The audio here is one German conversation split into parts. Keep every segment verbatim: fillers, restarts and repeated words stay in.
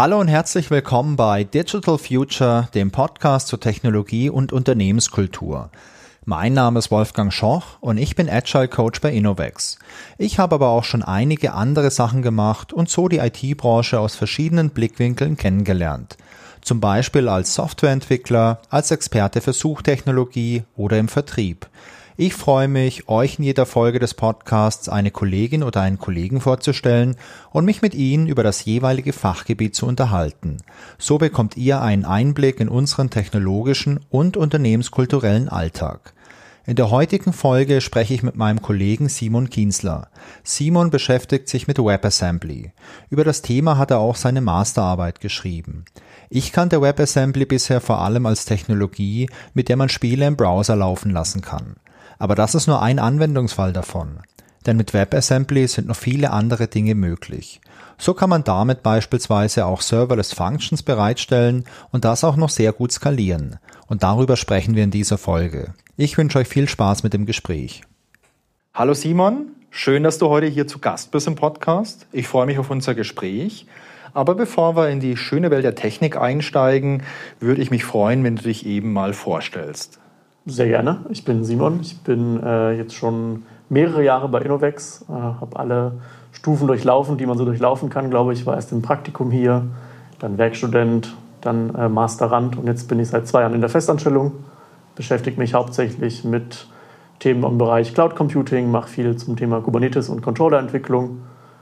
Hallo und herzlich willkommen bei Digital Future, dem Podcast zur Technologie und Unternehmenskultur. Mein Name ist Wolfgang Schoch und ich bin Agile Coach bei Innovex. Ich habe aber auch schon einige andere Sachen gemacht und so die I T-Branche aus verschiedenen Blickwinkeln kennengelernt. Zum Beispiel als Softwareentwickler, als Experte für Suchtechnologie oder im Vertrieb. Ich freue mich, euch in jeder Folge des Podcasts eine Kollegin oder einen Kollegen vorzustellen und mich mit ihnen über das jeweilige Fachgebiet zu unterhalten. So bekommt ihr einen Einblick in unseren technologischen und unternehmenskulturellen Alltag. In der heutigen Folge spreche ich mit meinem Kollegen Simon Kienzler. Simon beschäftigt sich mit WebAssembly. Über das Thema hat er auch seine Masterarbeit geschrieben. Ich kannte WebAssembly bisher vor allem als Technologie, mit der man Spiele im Browser laufen lassen kann. Aber das ist nur ein Anwendungsfall davon. Denn mit WebAssembly sind noch viele andere Dinge möglich. So kann man damit beispielsweise auch Serverless Functions bereitstellen und das auch noch sehr gut skalieren. Und darüber sprechen wir in dieser Folge. Ich wünsche euch viel Spaß mit dem Gespräch. Hallo Simon, schön, dass du heute hier zu Gast bist im Podcast. Ich freue mich auf unser Gespräch. Aber bevor wir in die schöne Welt der Technik einsteigen, würde ich mich freuen, wenn du dich eben mal vorstellst. Sehr gerne. Ich bin Simon. Ich bin äh, jetzt schon mehrere Jahre bei Innovex, äh, habe alle Stufen durchlaufen, die man so durchlaufen kann, glaube ich. War erst im Praktikum hier, dann Werkstudent, dann äh, Masterand und jetzt bin ich seit zwei Jahren in der Festanstellung. Beschäftige mich hauptsächlich mit Themen im Bereich Cloud Computing, mache viel zum Thema Kubernetes und Controllerentwicklung.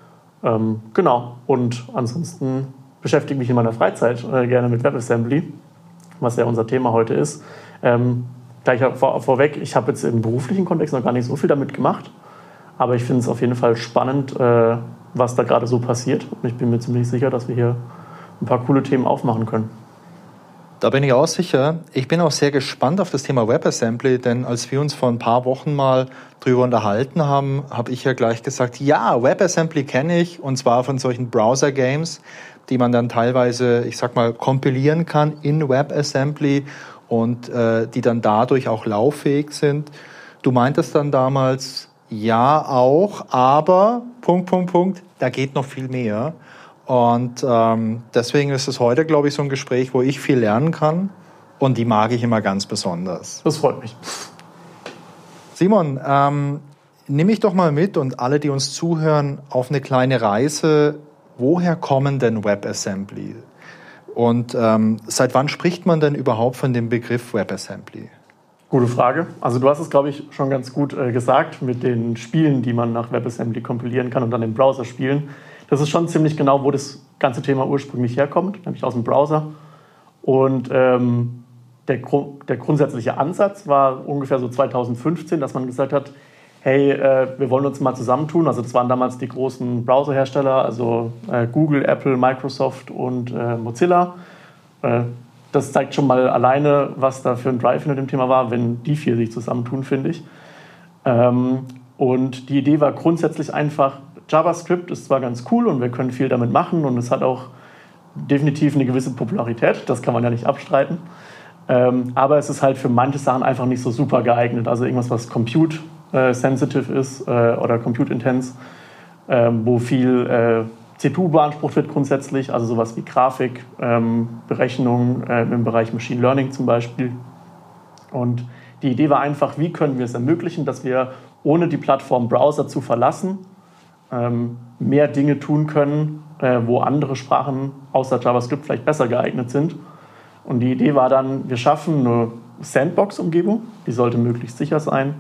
Ähm, genau. Und ansonsten beschäftige mich in meiner Freizeit äh, gerne mit WebAssembly, was ja unser Thema heute ist. Ähm, Gleich vor, vorweg, ich habe jetzt im beruflichen Kontext noch gar nicht so viel damit gemacht, aber ich finde es auf jeden Fall spannend, äh, was da gerade so passiert. Und ich bin mir ziemlich sicher, dass wir hier ein paar coole Themen aufmachen können. Da bin ich auch sicher. Ich bin auch sehr gespannt auf das Thema WebAssembly, denn als wir uns vor ein paar Wochen mal drüber unterhalten haben, habe ich ja gleich gesagt, ja, WebAssembly kenne ich, und zwar von solchen Browser-Games, die man dann teilweise, ich sag mal, kompilieren kann in WebAssembly und äh, die dann dadurch auch lauffähig sind. Du meintest dann damals, ja auch, aber, Punkt, Punkt, Punkt, da geht noch viel mehr. Und ähm, deswegen ist es heute, glaube ich, so ein Gespräch, wo ich viel lernen kann und die mag ich immer ganz besonders. Das freut mich. Simon, ähm, nimm mich doch mal mit und alle, die uns zuhören, auf eine kleine Reise. Woher kommen denn WebAssembly? Und ähm, seit wann spricht man denn überhaupt von dem Begriff WebAssembly? Gute Frage. Also du hast es, glaube ich, schon ganz gut äh, gesagt mit den Spielen, die man nach WebAssembly kompilieren kann und dann im Browser spielen. Das ist schon ziemlich genau, wo das ganze Thema ursprünglich herkommt, nämlich aus dem Browser. Und ähm, der, Gru- der grundsätzliche Ansatz war ungefähr so zweitausendfünfzehn, dass man gesagt hat, hey, äh, wir wollen uns mal zusammentun. Also das waren damals die großen Browserhersteller, also äh, Google, Apple, Microsoft und äh, Mozilla. Äh, das zeigt schon mal alleine, was da für ein Drive hinter dem Thema war, wenn die vier sich zusammentun, finde ich. Ähm, und die Idee war grundsätzlich einfach, JavaScript ist zwar ganz cool und wir können viel damit machen und es hat auch definitiv eine gewisse Popularität, das kann man ja nicht abstreiten. Ähm, aber es ist halt für manche Sachen einfach nicht so super geeignet. Also irgendwas, was Compute sensitive ist äh, oder compute intense, äh, wo viel äh, C P U beansprucht wird grundsätzlich, also sowas wie Grafik, ähm, Berechnung äh, im Bereich Machine Learning zum Beispiel. Und die Idee war einfach, wie können wir es ermöglichen, dass wir ohne die Plattform Browser zu verlassen, ähm, mehr Dinge tun können, äh, wo andere Sprachen außer JavaScript vielleicht besser geeignet sind. Und die Idee war dann, wir schaffen eine Sandbox-Umgebung, die sollte möglichst sicher sein.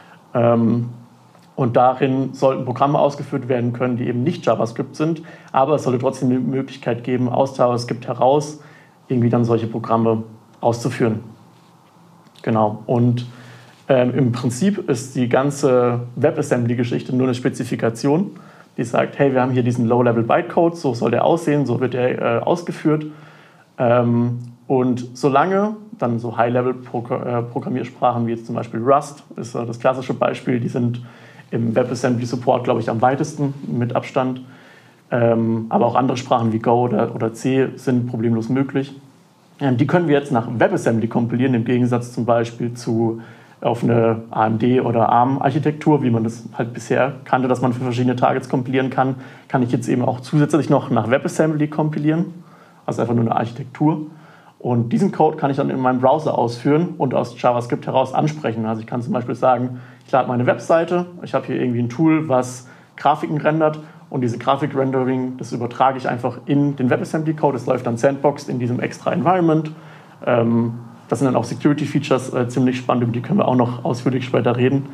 Und darin sollten Programme ausgeführt werden können, die eben nicht JavaScript sind, aber es sollte trotzdem die Möglichkeit geben, aus JavaScript heraus irgendwie dann solche Programme auszuführen. Genau. Und ähm, im Prinzip ist die ganze WebAssembly-Geschichte nur eine Spezifikation, die sagt, hey, wir haben hier diesen Low-Level-Bytecode, so soll der aussehen, so wird er äh, ausgeführt. Ähm, und solange dann so High-Level-Programmiersprachen wie jetzt zum Beispiel Rust ist das klassische Beispiel, die sind im WebAssembly-Support, glaube ich, am weitesten mit Abstand. Ähm, aber auch andere Sprachen wie Go oder, oder C sind problemlos möglich. Ähm, die können wir jetzt nach WebAssembly kompilieren, im Gegensatz zum Beispiel zu auf eine A M D- oder ARM-Architektur, wie man das halt bisher kannte, dass man für verschiedene Targets kompilieren kann, kann ich jetzt eben auch zusätzlich noch nach WebAssembly kompilieren. also einfach nur eine Architektur. Und diesen Code kann ich dann in meinem Browser ausführen und aus JavaScript heraus ansprechen. Also ich kann zum Beispiel sagen, ich lade meine Webseite, ich habe hier irgendwie ein Tool, was Grafiken rendert und diese Grafik-Rendering, das übertrage ich einfach in den WebAssembly-Code. Das läuft dann sandboxed in diesem extra Environment. Ähm, das sind dann auch Security-Features äh, ziemlich spannend, über die können wir auch noch ausführlich später reden.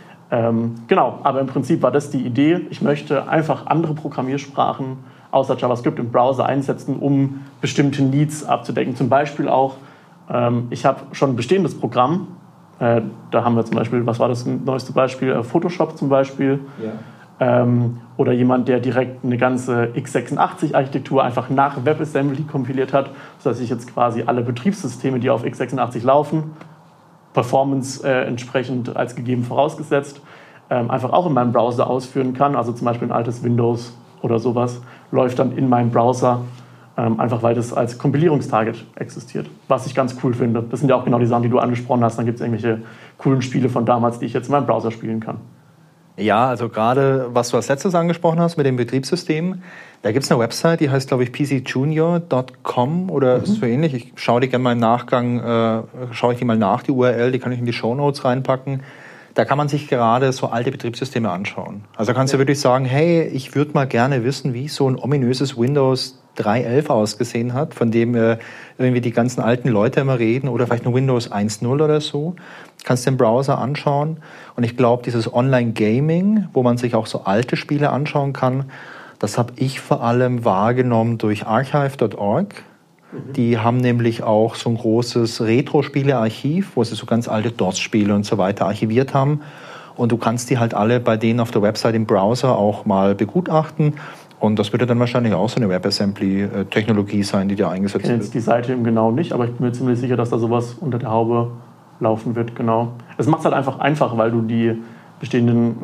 Ähm, genau, aber im Prinzip war das die Idee. Ich möchte einfach andere Programmiersprachen außer JavaScript im Browser einsetzen, um bestimmte Needs abzudecken. Zum Beispiel auch, ähm, ich habe schon ein bestehendes Programm. Äh, da haben wir zum Beispiel, was war das neueste Beispiel? Äh, Photoshop zum Beispiel. Ja. Ähm, oder jemand, der direkt eine ganze x sechsundachtzig-Architektur einfach nach WebAssembly kompiliert hat, sodass ich jetzt quasi alle Betriebssysteme, die auf x sechsundachtzig laufen, Performance äh, entsprechend als gegeben vorausgesetzt, ähm, einfach auch in meinem Browser ausführen kann. Also zum Beispiel ein altes Windows oder sowas läuft dann in meinem Browser, ähm, einfach weil das als Kompilierungstarget existiert, was ich ganz cool finde. Das sind ja auch genau die Sachen, die du angesprochen hast. Dann gibt es irgendwelche coolen Spiele von damals, die ich jetzt in meinem Browser spielen kann. Ja, also gerade, was du als letztes angesprochen hast mit dem Betriebssystem, da gibt es eine Website, die heißt, glaube ich, p c junior punkt com oder mhm. so ähnlich. Ich schaue die gerne mal im Nachgang, äh, schaue ich die mal nach, die U R L, die kann ich in die Shownotes reinpacken. Da kann man sich gerade so alte Betriebssysteme anschauen. Also da kannst du ja wirklich sagen, hey, ich würde mal gerne wissen, wie so ein ominöses Windows drei Punkt elf ausgesehen hat, von dem äh, irgendwie die ganzen alten Leute immer reden, oder vielleicht ein Windows eins Punkt null oder so. Kannst den Browser anschauen. Und ich glaube, dieses Online-Gaming, wo man sich auch so alte Spiele anschauen kann, das habe ich vor allem wahrgenommen durch archive punkt org. Mhm. Die haben nämlich auch so ein großes Retro-Spiele-Archiv, wo sie so ganz alte DOS-Spiele und so weiter archiviert haben. Und du kannst die halt alle bei denen auf der Website im Browser auch mal begutachten. Und das würde dann wahrscheinlich auch so eine WebAssembly-Technologie sein, die da eingesetzt wird. Ich kenne jetzt die Seite eben genau nicht, aber ich bin mir ziemlich sicher, dass da sowas unter der Haube laufen wird, genau. Es macht es halt einfach einfach, weil du die bestehenden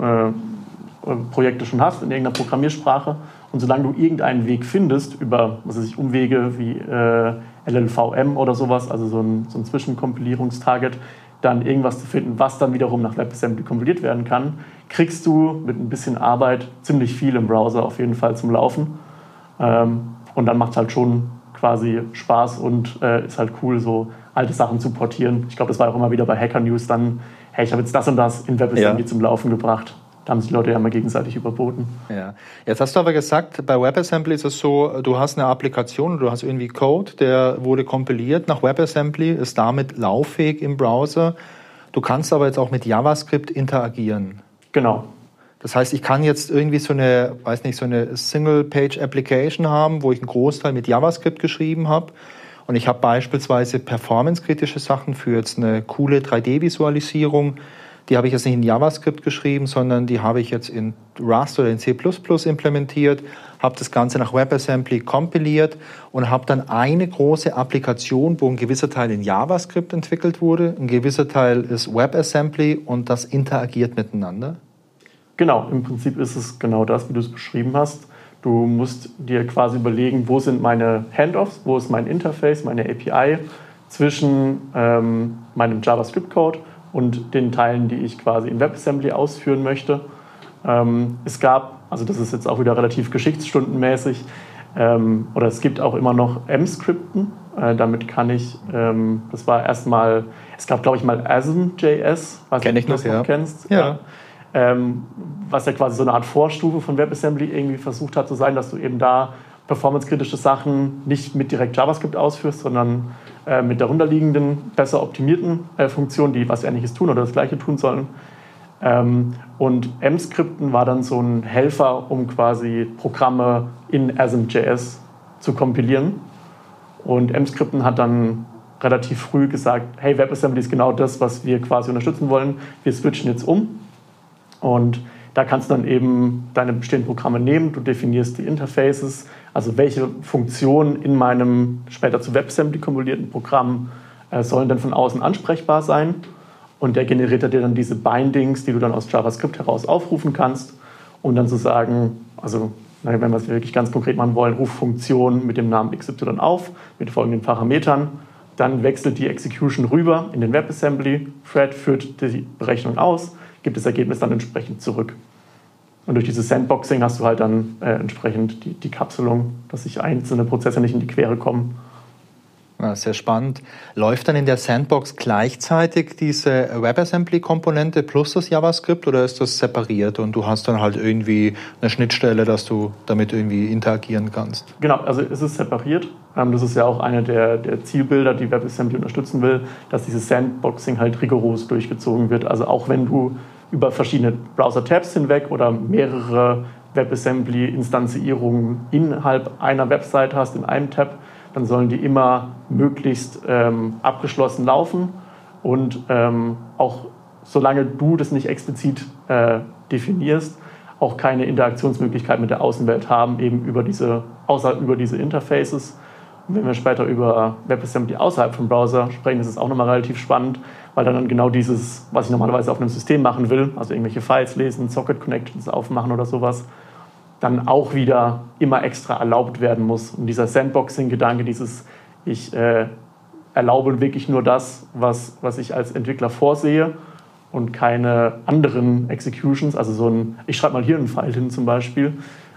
äh, Projekte schon hast in irgendeiner Programmiersprache. Und solange du irgendeinen Weg findest, über was weiß ich, Umwege wie äh, L L V M oder sowas, also so ein, so ein Zwischenkompilierungstarget, dann irgendwas zu finden, was dann wiederum nach WebAssembly kompiliert werden kann, kriegst du mit ein bisschen Arbeit ziemlich viel im Browser auf jeden Fall zum Laufen. Ähm, und dann macht es halt schon quasi Spaß und äh, ist halt cool, so alte Sachen zu portieren. Ich glaube, das war auch immer wieder bei Hacker News dann, hey, ich habe jetzt das und das in WebAssembly ja. zum Laufen gebracht. Da haben sich die Leute ja immer gegenseitig überboten. Ja. Jetzt hast du aber gesagt, bei WebAssembly ist es so, du hast eine Applikation, du hast irgendwie Code, der wurde kompiliert nach WebAssembly, ist damit lauffähig im Browser. Du kannst aber jetzt auch mit JavaScript interagieren. Genau. Das heißt, ich kann jetzt irgendwie so eine, weiß nicht, so eine Single-Page-Application haben, wo ich einen Großteil mit JavaScript geschrieben habe. Und ich habe beispielsweise performance-kritische Sachen für jetzt eine coole drei D-Visualisierung. Die habe ich jetzt nicht in JavaScript geschrieben, sondern die habe ich jetzt in Rust oder in C plus plus implementiert, habe das Ganze nach WebAssembly kompiliert und habe dann eine große Applikation, wo ein gewisser Teil in JavaScript entwickelt wurde, ein gewisser Teil ist WebAssembly und das interagiert miteinander. Genau, im Prinzip ist es genau das, wie du es beschrieben hast. Du musst dir quasi überlegen, wo sind meine Handoffs, wo ist mein Interface, meine A P I zwischen ähm, meinem JavaScript-Code und den Teilen, die ich quasi in WebAssembly ausführen möchte. Ähm, es gab, also das ist jetzt auch wieder relativ geschichtsstundenmäßig, ähm, oder es gibt auch immer noch M-Skripten. Äh, damit kann ich, ähm, das war erstmal, es gab glaube ich mal Asm.js, was Kenn ich du noch, ja. noch kennst. Ja. Ja. Ähm, was ja quasi so eine Art Vorstufe von WebAssembly irgendwie versucht hat zu sein, dass du eben da performancekritische Sachen nicht mit direkt JavaScript ausführst, sondern äh, mit darunterliegenden, besser optimierten äh, Funktionen, die was Ähnliches tun oder das Gleiche tun sollen. Ähm, und M-Skripten war dann so ein Helfer, um quasi Programme in Asm.js zu kompilieren. Und M-Skripten hat dann relativ früh gesagt, hey, WebAssembly ist genau das, was wir quasi unterstützen wollen. Wir switchen jetzt um. Und da kannst du dann eben deine bestehenden Programme nehmen, du definierst die Interfaces, also welche Funktionen in meinem später zu WebAssembly kompilierten Programm äh, sollen denn von außen ansprechbar sein. Und der generiert dir dann diese Bindings, die du dann aus JavaScript heraus aufrufen kannst, um dann zu sagen, also wenn wir es wirklich ganz konkret machen wollen, ruf Funktion mit dem Namen X Y auf, mit folgenden Parametern, dann wechselt die Execution rüber in den WebAssembly, Thread führt die Berechnung aus, gibt das Ergebnis dann entsprechend zurück. Und durch dieses Sandboxing hast du halt dann äh, entsprechend die, die Kapselung, dass sich einzelne Prozesse nicht in die Quere kommen. Ja, sehr spannend. Läuft dann in der Sandbox gleichzeitig diese WebAssembly-Komponente plus das JavaScript oder ist das separiert und du hast dann halt irgendwie eine Schnittstelle, dass du damit irgendwie interagieren kannst? Genau, also es ist separiert. Das ist ja auch eine der, der Zielbilder, die WebAssembly unterstützen will, dass dieses Sandboxing halt rigoros durchgezogen wird. Also auch wenn du über verschiedene Browser-Tabs hinweg oder mehrere WebAssembly-Instanzierungen innerhalb einer Website hast, in einem Tab, dann sollen die immer möglichst ähm, abgeschlossen laufen und ähm, auch solange du das nicht explizit äh, definierst, auch keine Interaktionsmöglichkeit mit der Außenwelt haben, eben über diese, außer über diese Interfaces. Und wenn wir später über WebAssembly außerhalb vom Browser sprechen, ist es auch nochmal relativ spannend, weil dann genau dieses, was ich normalerweise auf einem System machen will, also irgendwelche Files lesen, Socket-Connections aufmachen oder sowas, dann auch wieder immer extra erlaubt werden muss. Und dieser Sandboxing-Gedanke, dieses ich äh, erlaube wirklich nur das, was, was ich als Entwickler vorsehe und keine anderen Executions, also so ein, ich schreibe mal hier einen Pfeil hin zum Beispiel,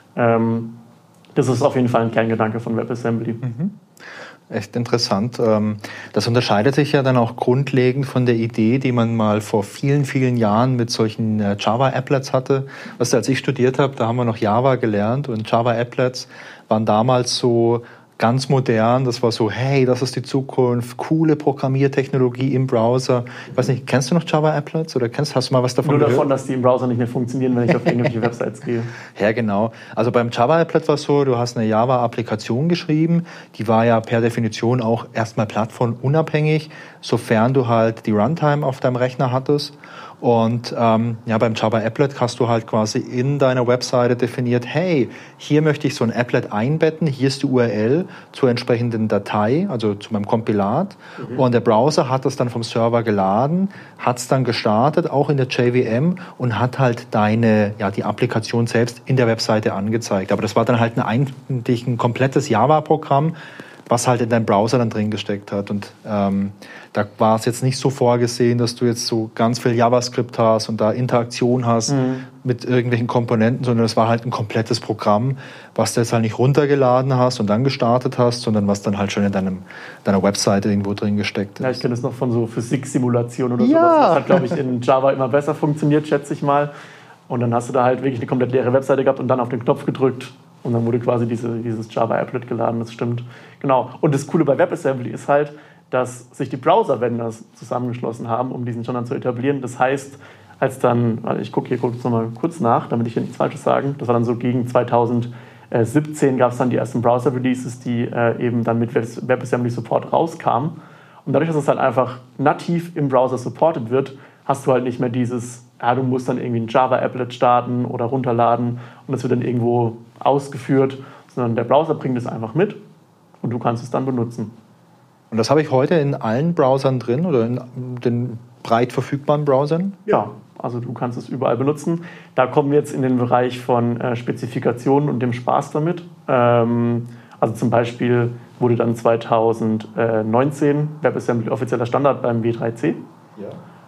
ähm, das ist auf jeden Fall ein Kerngedanke von WebAssembly. Mhm. Echt interessant. Das unterscheidet sich ja dann auch grundlegend von der Idee, die man mal vor vielen, vielen Jahren mit solchen Java-Applets hatte. Was als ich studiert habe, da haben wir noch Java gelernt und Java-Applets waren damals so ganz modern. Das war so, hey, das ist die Zukunft, coole Programmiertechnologie im Browser. Ich weiß nicht, kennst du noch Java-Applets oder kennst, hast du mal was davon Nur gehört? davon, dass die im Browser nicht mehr funktionieren, wenn ich auf irgendwelche Websites gehe. Ja, genau. Also beim Java-Applet war es so, du hast eine Java-Applikation geschrieben, die war ja per Definition auch erstmal plattformunabhängig, sofern du halt die Runtime auf deinem Rechner hattest. Und ähm, ja, beim Java-Applet hast du halt quasi in deiner Webseite definiert, hey, hier möchte ich so ein Applet einbetten, hier ist die U R L zur entsprechenden Datei, also zu meinem Kompilat. Mhm. Und der Browser hat das dann vom Server geladen, hat es dann gestartet, auch in der J V M und hat halt deine, ja, die Applikation selbst in der Webseite angezeigt. Aber das war dann halt ein, eigentlich ein komplettes Java-Programm, was halt in deinem Browser dann drin gesteckt hat. Und ähm, da war es jetzt nicht so vorgesehen, dass du jetzt so ganz viel JavaScript hast und da Interaktion hast mhm. mit irgendwelchen Komponenten, sondern es war halt ein komplettes Programm, was du jetzt halt nicht runtergeladen hast und dann gestartet hast, sondern was dann halt schon in deinem, deiner Webseite irgendwo drin gesteckt ist. Ja, ich kenne das noch von so Physik-Simulationen oder ja. sowas. Das hat, glaube ich, in Java immer besser funktioniert, schätze ich mal. Und dann hast du da halt wirklich eine komplett leere Webseite gehabt und dann auf den Knopf gedrückt. Und dann wurde quasi diese, dieses Java-Applet geladen, das stimmt. Genau. Und das Coole bei WebAssembly ist halt, dass sich die Browser-Vendor zusammengeschlossen haben, um diesen Standard zu etablieren. Das heißt, als dann, ich gucke hier kurz nochmal kurz nach, damit ich hier nichts Falsches sage, das war dann so gegen zweitausendsiebzehn gab es dann die ersten Browser-Releases, die äh, eben dann mit WebAssembly-Support rauskamen. Und dadurch, dass es halt einfach nativ im Browser supported wird, hast du halt nicht mehr dieses, ja, du musst dann irgendwie ein Java-Applet starten oder runterladen und das wird dann irgendwo ausgeführt, sondern der Browser bringt es einfach mit und du kannst es dann benutzen. Und das habe ich heute in allen Browsern drin oder in den breit verfügbaren Browsern? Ja, also du kannst es überall benutzen. Da kommen wir jetzt in den Bereich von äh, Spezifikationen und dem Spaß damit. Ähm, also zum Beispiel wurde dann zweitausendneunzehn WebAssembly offizieller Standard beim W drei C. Ja.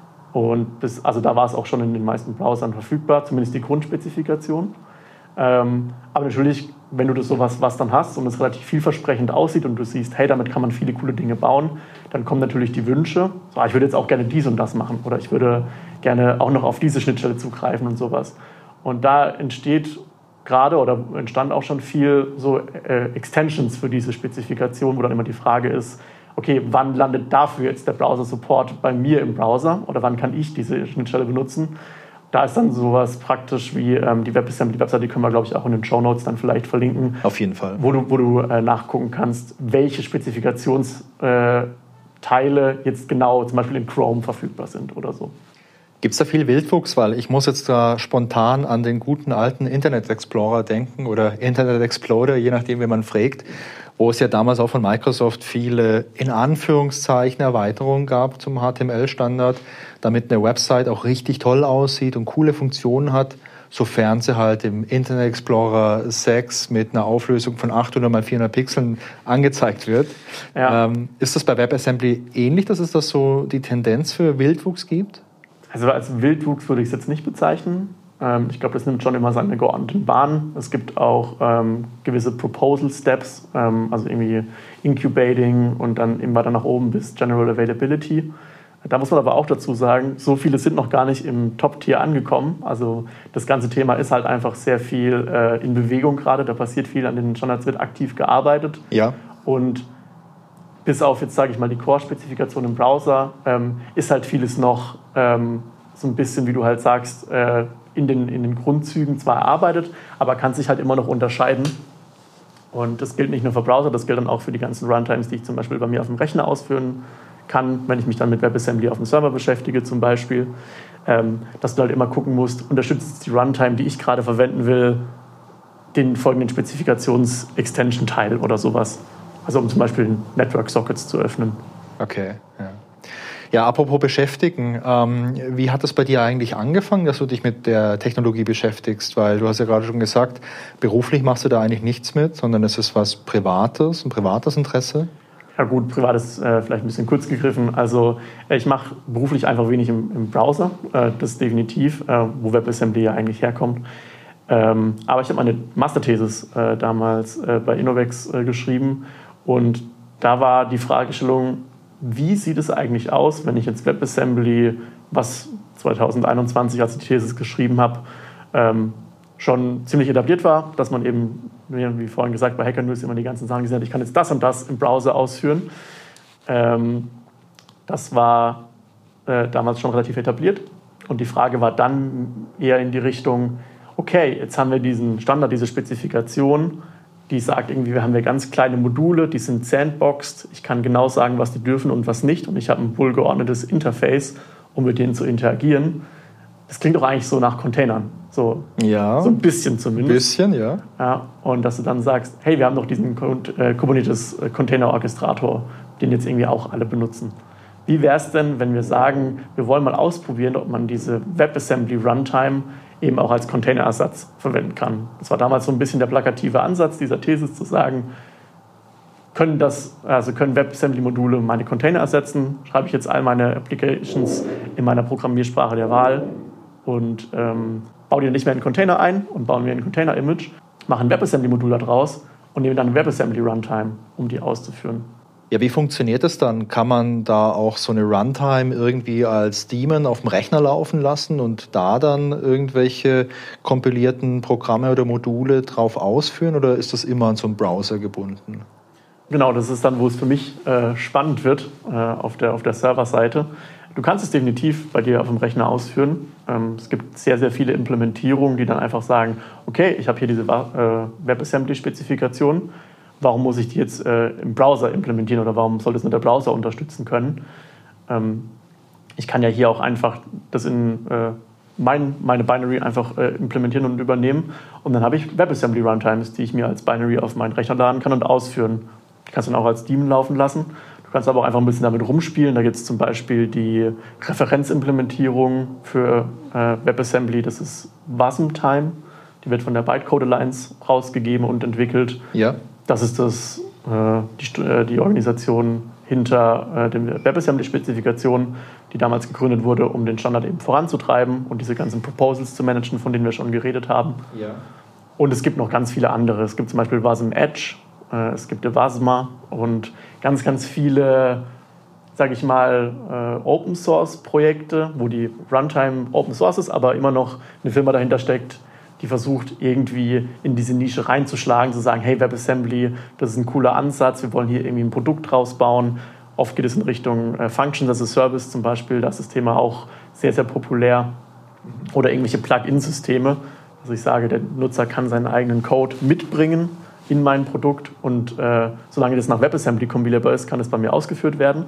Und bis, also da war es auch schon in den meisten Browsern verfügbar, zumindest die Grundspezifikation. Ähm, aber natürlich, wenn du das sowas was dann hast und es relativ vielversprechend aussieht und du siehst, hey, damit kann man viele coole Dinge bauen, dann kommen natürlich die Wünsche, so, ich würde jetzt auch gerne dies und das machen oder ich würde gerne auch noch auf diese Schnittstelle zugreifen und sowas. Und da entsteht gerade oder entstand auch schon viel so äh, Extensions für diese Spezifikation, wo dann immer die Frage ist, okay, wann landet dafür jetzt der Browser-Support bei mir im Browser oder wann kann ich diese Schnittstelle benutzen? Da ist dann sowas praktisch wie ähm, die WebAssembly-Website, die können wir, glaube ich, auch in den Shownotes dann vielleicht verlinken. Auf jeden Fall. Wo du, wo du äh, nachgucken kannst, welche Spezifikationsteile äh, jetzt genau zum Beispiel in Chrome verfügbar sind oder so. Gibt es da viel Wildwuchs? Weil ich muss jetzt da spontan an den guten alten Internet Explorer denken oder Internet Explorer, je nachdem, wie man fragt, wo es ja damals auch von Microsoft viele, in Anführungszeichen, Erweiterungen gab zum H T M L-Standard, damit eine Website auch richtig toll aussieht und coole Funktionen hat, sofern sie halt im Internet Explorer sechs mit einer Auflösung von achthundert mal vierhundert Pixeln angezeigt wird. Ja. Ähm, ist das bei WebAssembly ähnlich, dass es das so die Tendenz für Wildwuchs gibt? Also als Wildwuchs würde ich es jetzt nicht bezeichnen. Ähm, ich glaube, das nimmt schon immer seine geordneten Bahnen. Es gibt auch ähm, gewisse Proposal Steps, ähm, also irgendwie Incubating und dann eben weiter nach oben bis General Availability. Da muss man aber auch dazu sagen, so viele sind noch gar nicht im Top-Tier angekommen. Also das ganze Thema ist halt einfach sehr viel äh, in Bewegung gerade. Da passiert viel, an den Standards wird aktiv gearbeitet. Ja. Und bis auf jetzt, sage ich mal, die Core-Spezifikation im Browser, ähm, ist halt vieles noch ähm, so ein bisschen, wie du halt sagst, äh, in, den, in den Grundzügen zwar erarbeitet, aber kann sich halt immer noch unterscheiden. Und das gilt nicht nur für Browser, das gilt dann auch für die ganzen Runtimes, die ich zum Beispiel bei mir auf dem Rechner ausführen kann, wenn ich mich dann mit WebAssembly auf dem Server beschäftige zum Beispiel, ähm, dass du halt immer gucken musst, unterstützt die Runtime, die ich gerade verwenden will, den folgenden Spezifikations-Extension-Teil oder sowas. Also um zum Beispiel Network-Sockets zu öffnen. Okay, ja. Ja, apropos beschäftigen, ähm, wie hat das bei dir eigentlich angefangen, dass du dich mit der Technologie beschäftigst? Weil du hast ja gerade schon gesagt, beruflich machst du da eigentlich nichts mit, sondern es ist was Privates, ein privates Interesse. Ja gut, privat ist äh, vielleicht ein bisschen kurz gegriffen. Also äh, ich mache beruflich einfach wenig im, im Browser, äh, das definitiv, äh, wo WebAssembly ja eigentlich herkommt. Ähm, aber ich habe meine Masterthesis äh, damals äh, bei Innovex äh, geschrieben und da war die Fragestellung, wie sieht es eigentlich aus, wenn ich jetzt WebAssembly, was zwanzig einundzwanzig, als ich die Thesis geschrieben habe, ähm, schon ziemlich etabliert war, dass man eben, wie vorhin gesagt, bei Hacker News immer die ganzen Sachen gesehen hat, ich kann jetzt das und das im Browser ausführen. Ähm, das war äh, damals schon relativ etabliert. Und die Frage war dann eher in die Richtung, okay, jetzt haben wir diesen Standard, diese Spezifikation, die sagt irgendwie, wir haben ja ganz kleine Module, die sind sandboxed, ich kann genau sagen, was die dürfen und was nicht und ich habe ein wohlgeordnetes Interface, um mit denen zu interagieren. Das klingt doch eigentlich so nach Containern, so, ja, so ein bisschen zumindest. Ein bisschen, ja. ja. Und dass du dann sagst, hey, wir haben doch diesen Kubernetes Container Orchestrator, den jetzt irgendwie auch alle benutzen. Wie wäre es denn, wenn wir sagen, wir wollen mal ausprobieren, ob man diese WebAssembly Runtime eben auch als Containerersatz verwenden kann. Das war damals so ein bisschen der plakative Ansatz dieser These, zu sagen, können, das, also können WebAssembly-Module meine Container ersetzen, schreibe ich jetzt all meine Applications in meiner Programmiersprache der Wahl und ähm, baue die nicht mehr in einen Container ein und bauen mir ein Container-Image, mache ein WebAssembly-Modul daraus und nehme dann eine WebAssembly-Runtime, um die auszuführen. Ja, wie funktioniert das dann? Kann man da auch so eine Runtime irgendwie als Daemon auf dem Rechner laufen lassen und da dann irgendwelche kompilierten Programme oder Module drauf ausführen oder ist das immer an so einen Browser gebunden? Genau, das ist dann, wo es für mich äh, spannend wird äh, auf der, auf der Serverseite. Du kannst es definitiv bei dir auf dem Rechner ausführen. Ähm, es gibt sehr, sehr viele Implementierungen, die dann einfach sagen, okay, ich habe hier diese äh, WebAssembly-Spezifikation, warum muss ich die jetzt äh, im Browser implementieren oder warum soll das nur der Browser unterstützen können? Ähm, ich kann ja hier auch einfach das in äh, mein, meine Binary einfach äh, implementieren und übernehmen und dann habe ich WebAssembly Runtimes, die ich mir als Binary auf meinen Rechner laden kann und ausführen. Die kannst du dann auch als Daemon laufen lassen. Du kannst aber auch einfach ein bisschen damit rumspielen. Da gibt es zum Beispiel die Referenzimplementierung für äh, WebAssembly, das ist Wasmtime. Die wird von der Bytecode Alliance rausgegeben und entwickelt. Ja. Das ist das, äh, die, äh, die Organisation hinter äh, der WebAssembly-Spezifikation, die damals gegründet wurde, um den Standard eben voranzutreiben und diese ganzen Proposals zu managen, von denen wir schon geredet haben. Ja. Und es gibt noch ganz viele andere. Es gibt zum Beispiel Wasm Edge, äh, es gibt die Wasma und ganz, ganz viele, sage ich mal, äh, Open-Source-Projekte, wo die Runtime Open Source ist, aber immer noch eine Firma dahinter steckt, die versucht, irgendwie in diese Nische reinzuschlagen, zu sagen, hey, WebAssembly, das ist ein cooler Ansatz, wir wollen hier irgendwie ein Produkt draus bauen. Oft geht es in Richtung äh, Functions as a Service zum Beispiel, das ist das Thema auch sehr, sehr populär. Oder irgendwelche Plugin-Systeme. Also ich sage, der Nutzer kann seinen eigenen Code mitbringen in mein Produkt und äh, solange das nach WebAssembly compilierbar ist, kann es bei mir ausgeführt werden.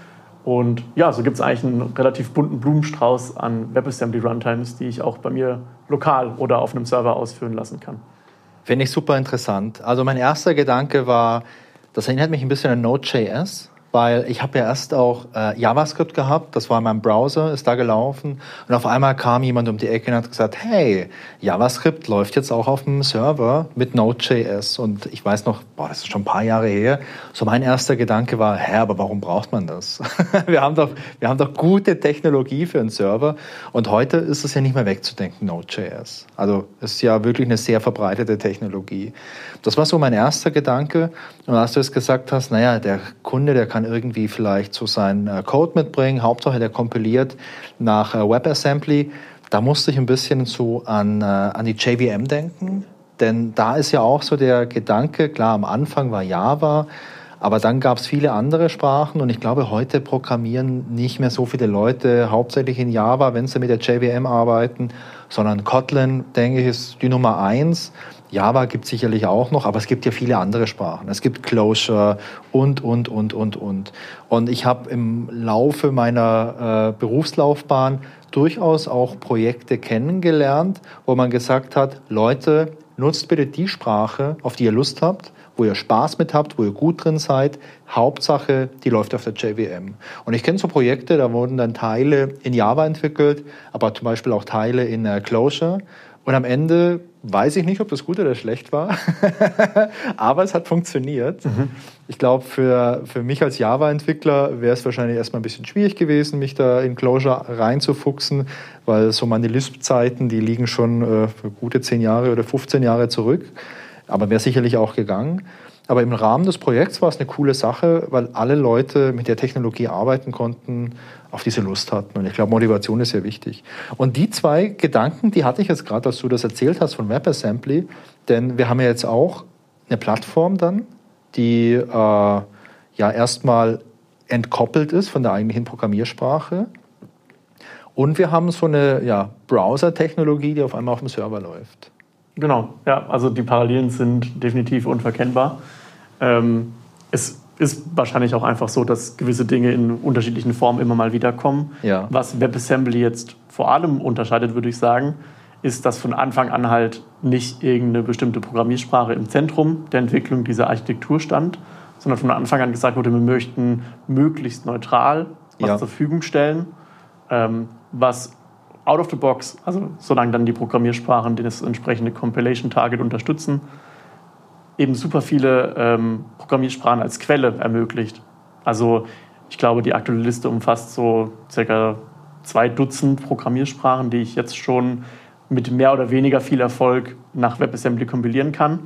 Und ja, so gibt es eigentlich einen relativ bunten Blumenstrauß an WebAssembly-Runtimes, die ich auch bei mir lokal oder auf einem Server ausführen lassen kann. Finde ich super interessant. Also mein erster Gedanke war, das erinnert mich ein bisschen an Node.js, weil ich habe ja erst auch äh, JavaScript gehabt, das war in meinem Browser, ist da gelaufen und auf einmal kam jemand um die Ecke und hat gesagt, hey, JavaScript läuft jetzt auch auf dem Server mit Node.js und ich weiß noch, boah, das ist schon ein paar Jahre her, so mein erster Gedanke war, hä, aber warum braucht man das? wir haben doch, wir haben doch gute Technologie für einen Server und heute ist es ja nicht mehr wegzudenken, Node.js. Also es ist ja wirklich eine sehr verbreitete Technologie. Das war so mein erster Gedanke und als du es gesagt hast, naja, der Kunde, der kann irgendwie vielleicht so seinen äh, Code mitbringen, Hauptsache der kompiliert nach äh, WebAssembly. Da musste ich ein bisschen so an, äh, an die J V M denken, denn da ist ja auch so der Gedanke, klar, am Anfang war Java, aber dann gab es viele andere Sprachen und ich glaube, heute programmieren nicht mehr so viele Leute hauptsächlich in Java, wenn sie mit der J V M arbeiten, sondern Kotlin, denke ich, ist die Nummer eins. Java gibt es sicherlich auch noch, aber es gibt ja viele andere Sprachen. Es gibt Clojure und, und, und, und, und. Und ich habe im Laufe meiner äh, Berufslaufbahn durchaus auch Projekte kennengelernt, wo man gesagt hat, Leute, nutzt bitte die Sprache, auf die ihr Lust habt, wo ihr Spaß mit habt, wo ihr gut drin seid. Hauptsache, die läuft auf der J V M. Und ich kenne so Projekte, da wurden dann Teile in Java entwickelt, aber zum Beispiel auch Teile in äh, Clojure. Und am Ende weiß ich nicht, ob das gut oder schlecht war, aber es hat funktioniert. Mhm. Ich glaube, für, für mich als Java-Entwickler wäre es wahrscheinlich erstmal ein bisschen schwierig gewesen, mich da in Clojure reinzufuchsen, weil so meine Lisp-Zeiten, die liegen schon äh, für gute zehn Jahre oder fünfzehn Jahre zurück. Aber wäre sicherlich auch gegangen. Aber im Rahmen des Projekts war es eine coole Sache, weil alle Leute mit der Technologie arbeiten konnten, auf diese Lust hatten. Und ich glaube, Motivation ist sehr wichtig. Und die zwei Gedanken, die hatte ich jetzt gerade, als du das erzählt hast von WebAssembly. Denn wir haben ja jetzt auch eine Plattform dann, die äh, ja erstmal entkoppelt ist von der eigentlichen Programmiersprache. Und wir haben so eine ja, Browser-Technologie, die auf einmal auf dem Server läuft. Genau, ja, also die Parallelen sind definitiv unverkennbar. Ähm, es ist wahrscheinlich auch einfach so, dass gewisse Dinge in unterschiedlichen Formen immer mal wieder kommen. Ja. Was WebAssembly jetzt vor allem unterscheidet, würde ich sagen, ist, dass von Anfang an halt nicht irgendeine bestimmte Programmiersprache im Zentrum der Entwicklung dieser Architektur stand, sondern von Anfang an gesagt wurde, wir möchten möglichst neutral was ja. zur Verfügung stellen, ähm, was out of the box, also solange dann die Programmiersprachen das entsprechende Compilation-Target unterstützen, eben super viele ähm, Programmiersprachen als Quelle ermöglicht. Also ich glaube, die aktuelle Liste umfasst so circa zwei Dutzend Programmiersprachen, die ich jetzt schon mit mehr oder weniger viel Erfolg nach WebAssembly kompilieren kann.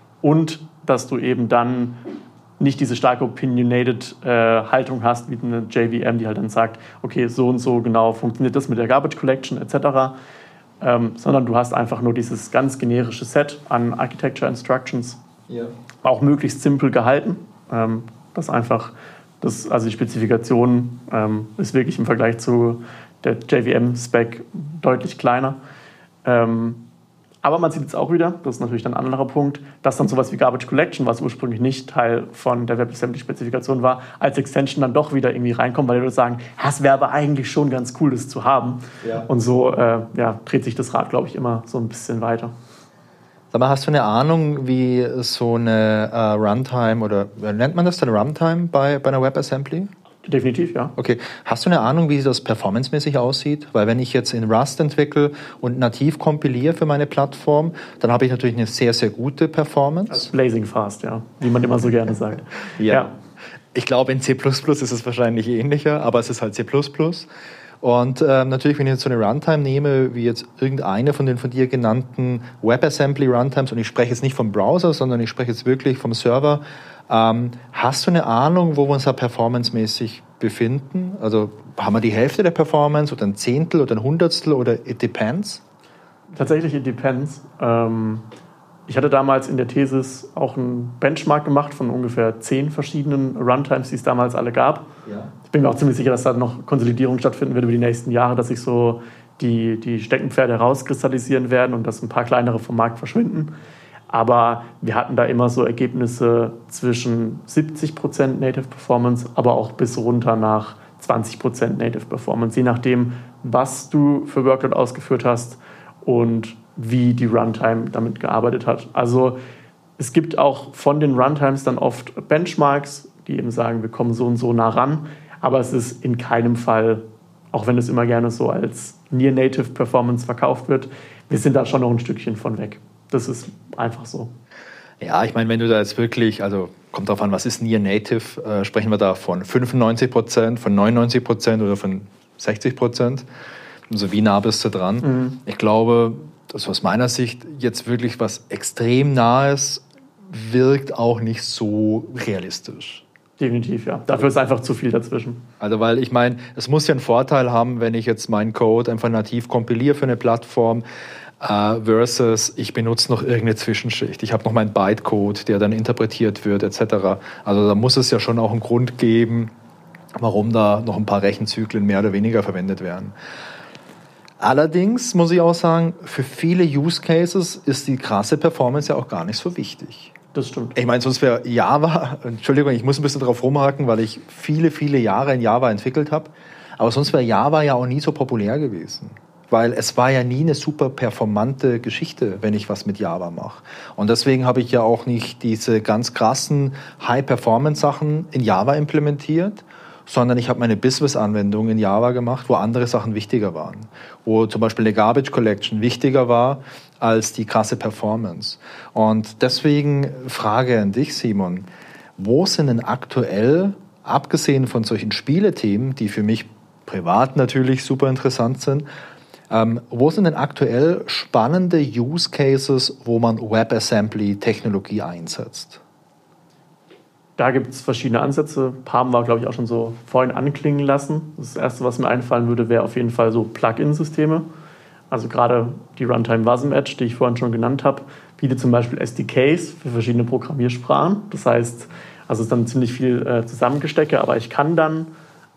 Und dass du eben dann nicht diese starke opinionated äh, Haltung hast, wie eine J V M, die halt dann sagt, okay, so und so genau funktioniert das mit der Garbage Collection et cetera. Ähm, sondern du hast einfach nur dieses ganz generische Set an Architecture Instructions, ja. auch möglichst simpel gehalten. Ähm, das einfach, das, also die Spezifikation ähm, ist wirklich im Vergleich zu der J V M-Spec deutlich kleiner. Ähm, Aber man sieht jetzt auch wieder, das ist natürlich dann ein anderer Punkt, dass dann sowas wie Garbage Collection, was ursprünglich nicht Teil von der WebAssembly-Spezifikation war, als Extension dann doch wieder irgendwie reinkommt, weil die Leute sagen, es wäre aber eigentlich schon ganz cool, das zu haben. Ja. Und so äh, ja, dreht sich das Rad, glaube ich, immer so ein bisschen weiter. Sag mal, hast du eine Ahnung, wie so eine äh, Runtime oder nennt man das dann Runtime bei, bei einer WebAssembly? Definitiv, ja. Okay. Hast du eine Ahnung, wie das performancemäßig aussieht? Weil wenn ich jetzt in Rust entwickle und nativ kompiliere für meine Plattform, dann habe ich natürlich eine sehr, sehr gute Performance. Also blazing fast, ja, wie man immer so gerne sagt. ja. ja. Ich glaube, in C plus plus ist es wahrscheinlich ähnlicher, aber es ist halt C plus plus. Und äh, natürlich, wenn ich jetzt so eine Runtime nehme, wie jetzt irgendeine von den von dir genannten WebAssembly-Runtimes, und ich spreche jetzt nicht vom Browser, sondern ich spreche jetzt wirklich vom Server, ähm, hast du eine Ahnung, wo wir uns da performancemäßig befinden? Also haben wir die Hälfte der Performance oder ein Zehntel oder ein Hundertstel oder it depends? Tatsächlich it depends. Ähm Ich hatte damals in der Thesis auch einen Benchmark gemacht von ungefähr zehn verschiedenen Runtimes, die es damals alle gab. Ja. Ich bin mir auch ziemlich sicher, dass da noch Konsolidierung stattfinden wird über die nächsten Jahre, dass sich so die, die Steckenpferde herauskristallisieren werden und dass ein paar kleinere vom Markt verschwinden. Aber wir hatten da immer so Ergebnisse zwischen siebzig Prozent Native Performance, aber auch bis runter nach zwanzig Prozent Native Performance, je nachdem, was du für Workload ausgeführt hast und wie die Runtime damit gearbeitet hat. Also es gibt auch von den Runtimes dann oft Benchmarks, die eben sagen, wir kommen so und so nah ran. Aber es ist in keinem Fall, auch wenn es immer gerne so als Near-Native Performance verkauft wird, wir sind da schon noch ein Stückchen von weg. Das ist einfach so. Ja, ich meine, wenn du da jetzt wirklich, also kommt darauf an, was ist Near Native, äh, sprechen wir da von fünfundneunzig Prozent, von neunundneunzig Prozent oder von sechzig Prozent? Also wie nah bist du dran? Mhm. Ich glaube, dass aus meiner Sicht jetzt wirklich was extrem Nahes wirkt auch nicht so realistisch. Definitiv, ja. Dafür ist einfach zu viel dazwischen. Also weil ich meine, es muss ja einen Vorteil haben, wenn ich jetzt meinen Code einfach nativ kompiliere für eine Plattform, Uh, versus ich benutze noch irgendeine Zwischenschicht. Ich habe noch meinen Bytecode, der dann interpretiert wird, et cetera. Also da muss es ja schon auch einen Grund geben, warum da noch ein paar Rechenzyklen mehr oder weniger verwendet werden. Allerdings muss ich auch sagen, für viele Use Cases ist die krasse Performance ja auch gar nicht so wichtig. Das stimmt. Ich meine, sonst wäre Java, Entschuldigung, ich muss ein bisschen drauf rumhaken, weil ich viele, viele Jahre in Java entwickelt habe, aber sonst wäre Java ja auch nie so populär gewesen. Weil es war ja nie eine super performante Geschichte, wenn ich was mit Java mache. Und deswegen habe ich ja auch nicht diese ganz krassen High-Performance-Sachen in Java implementiert, sondern ich habe meine Business-Anwendung in Java gemacht, wo andere Sachen wichtiger waren. Wo zum Beispiel eine Garbage Collection wichtiger war als die krasse Performance. Und deswegen Frage an dich, Simon. Wo sind denn aktuell, abgesehen von solchen Spielethemen, die für mich privat natürlich super interessant sind, Ähm, wo sind denn aktuell spannende Use Cases, wo man WebAssembly-Technologie einsetzt? Da gibt es verschiedene Ansätze. Ein paar haben wir, glaube ich, auch schon so vorhin anklingen lassen. Das Erste, was mir einfallen würde, wäre auf jeden Fall so Plugin-Systeme. Also gerade die Runtime Wasm Edge, die ich vorhin schon genannt habe, bietet zum Beispiel S D Ks für verschiedene Programmiersprachen. Das heißt, also es ist dann ziemlich viel äh, Zusammengestecke, aber ich kann dann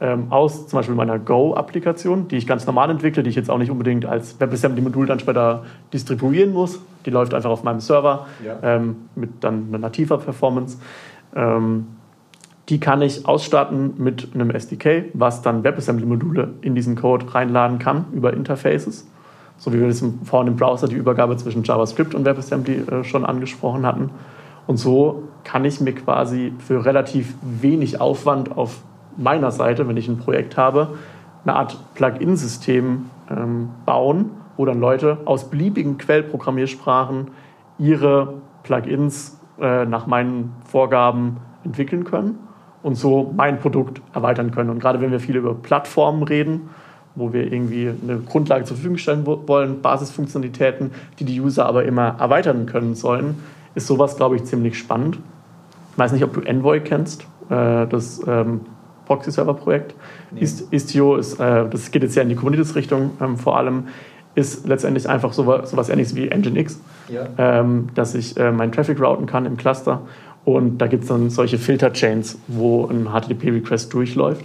aus zum Beispiel meiner Go-Applikation, die ich ganz normal entwickle, die ich jetzt auch nicht unbedingt als WebAssembly-Modul dann später distribuieren muss. Die läuft einfach auf meinem Server ja. ähm, mit dann einer nativer Performance. Ähm, die kann ich ausstatten mit einem S D K, was dann WebAssembly-Module in diesen Code reinladen kann über Interfaces. So wie wir das vorhin im Browser die Übergabe zwischen JavaScript und WebAssembly äh, schon angesprochen hatten. Und so kann ich mir quasi für relativ wenig Aufwand auf meiner Seite, wenn ich ein Projekt habe, eine Art Plugin-System ähm, bauen, wo dann Leute aus beliebigen Quellprogrammiersprachen ihre Plugins äh, nach meinen Vorgaben entwickeln können und so mein Produkt erweitern können. Und gerade wenn wir viel über Plattformen reden, wo wir irgendwie eine Grundlage zur Verfügung stellen wollen, Basisfunktionalitäten, die die User aber immer erweitern können sollen, ist sowas, glaube ich, ziemlich spannend. Ich weiß nicht, ob du Envoy kennst, äh, das ähm, Proxy-Server-Projekt. Nee. Ist, Istio, ist, äh, das geht jetzt ja in die Kubernetes-Richtung ähm, vor allem, ist letztendlich einfach so was, so was Ähnliches wie Nginx, ja. ähm, dass ich äh, meinen Traffic routen kann im Cluster. Und da gibt es dann solche Filter-Chains, wo ein H T T P-Request durchläuft.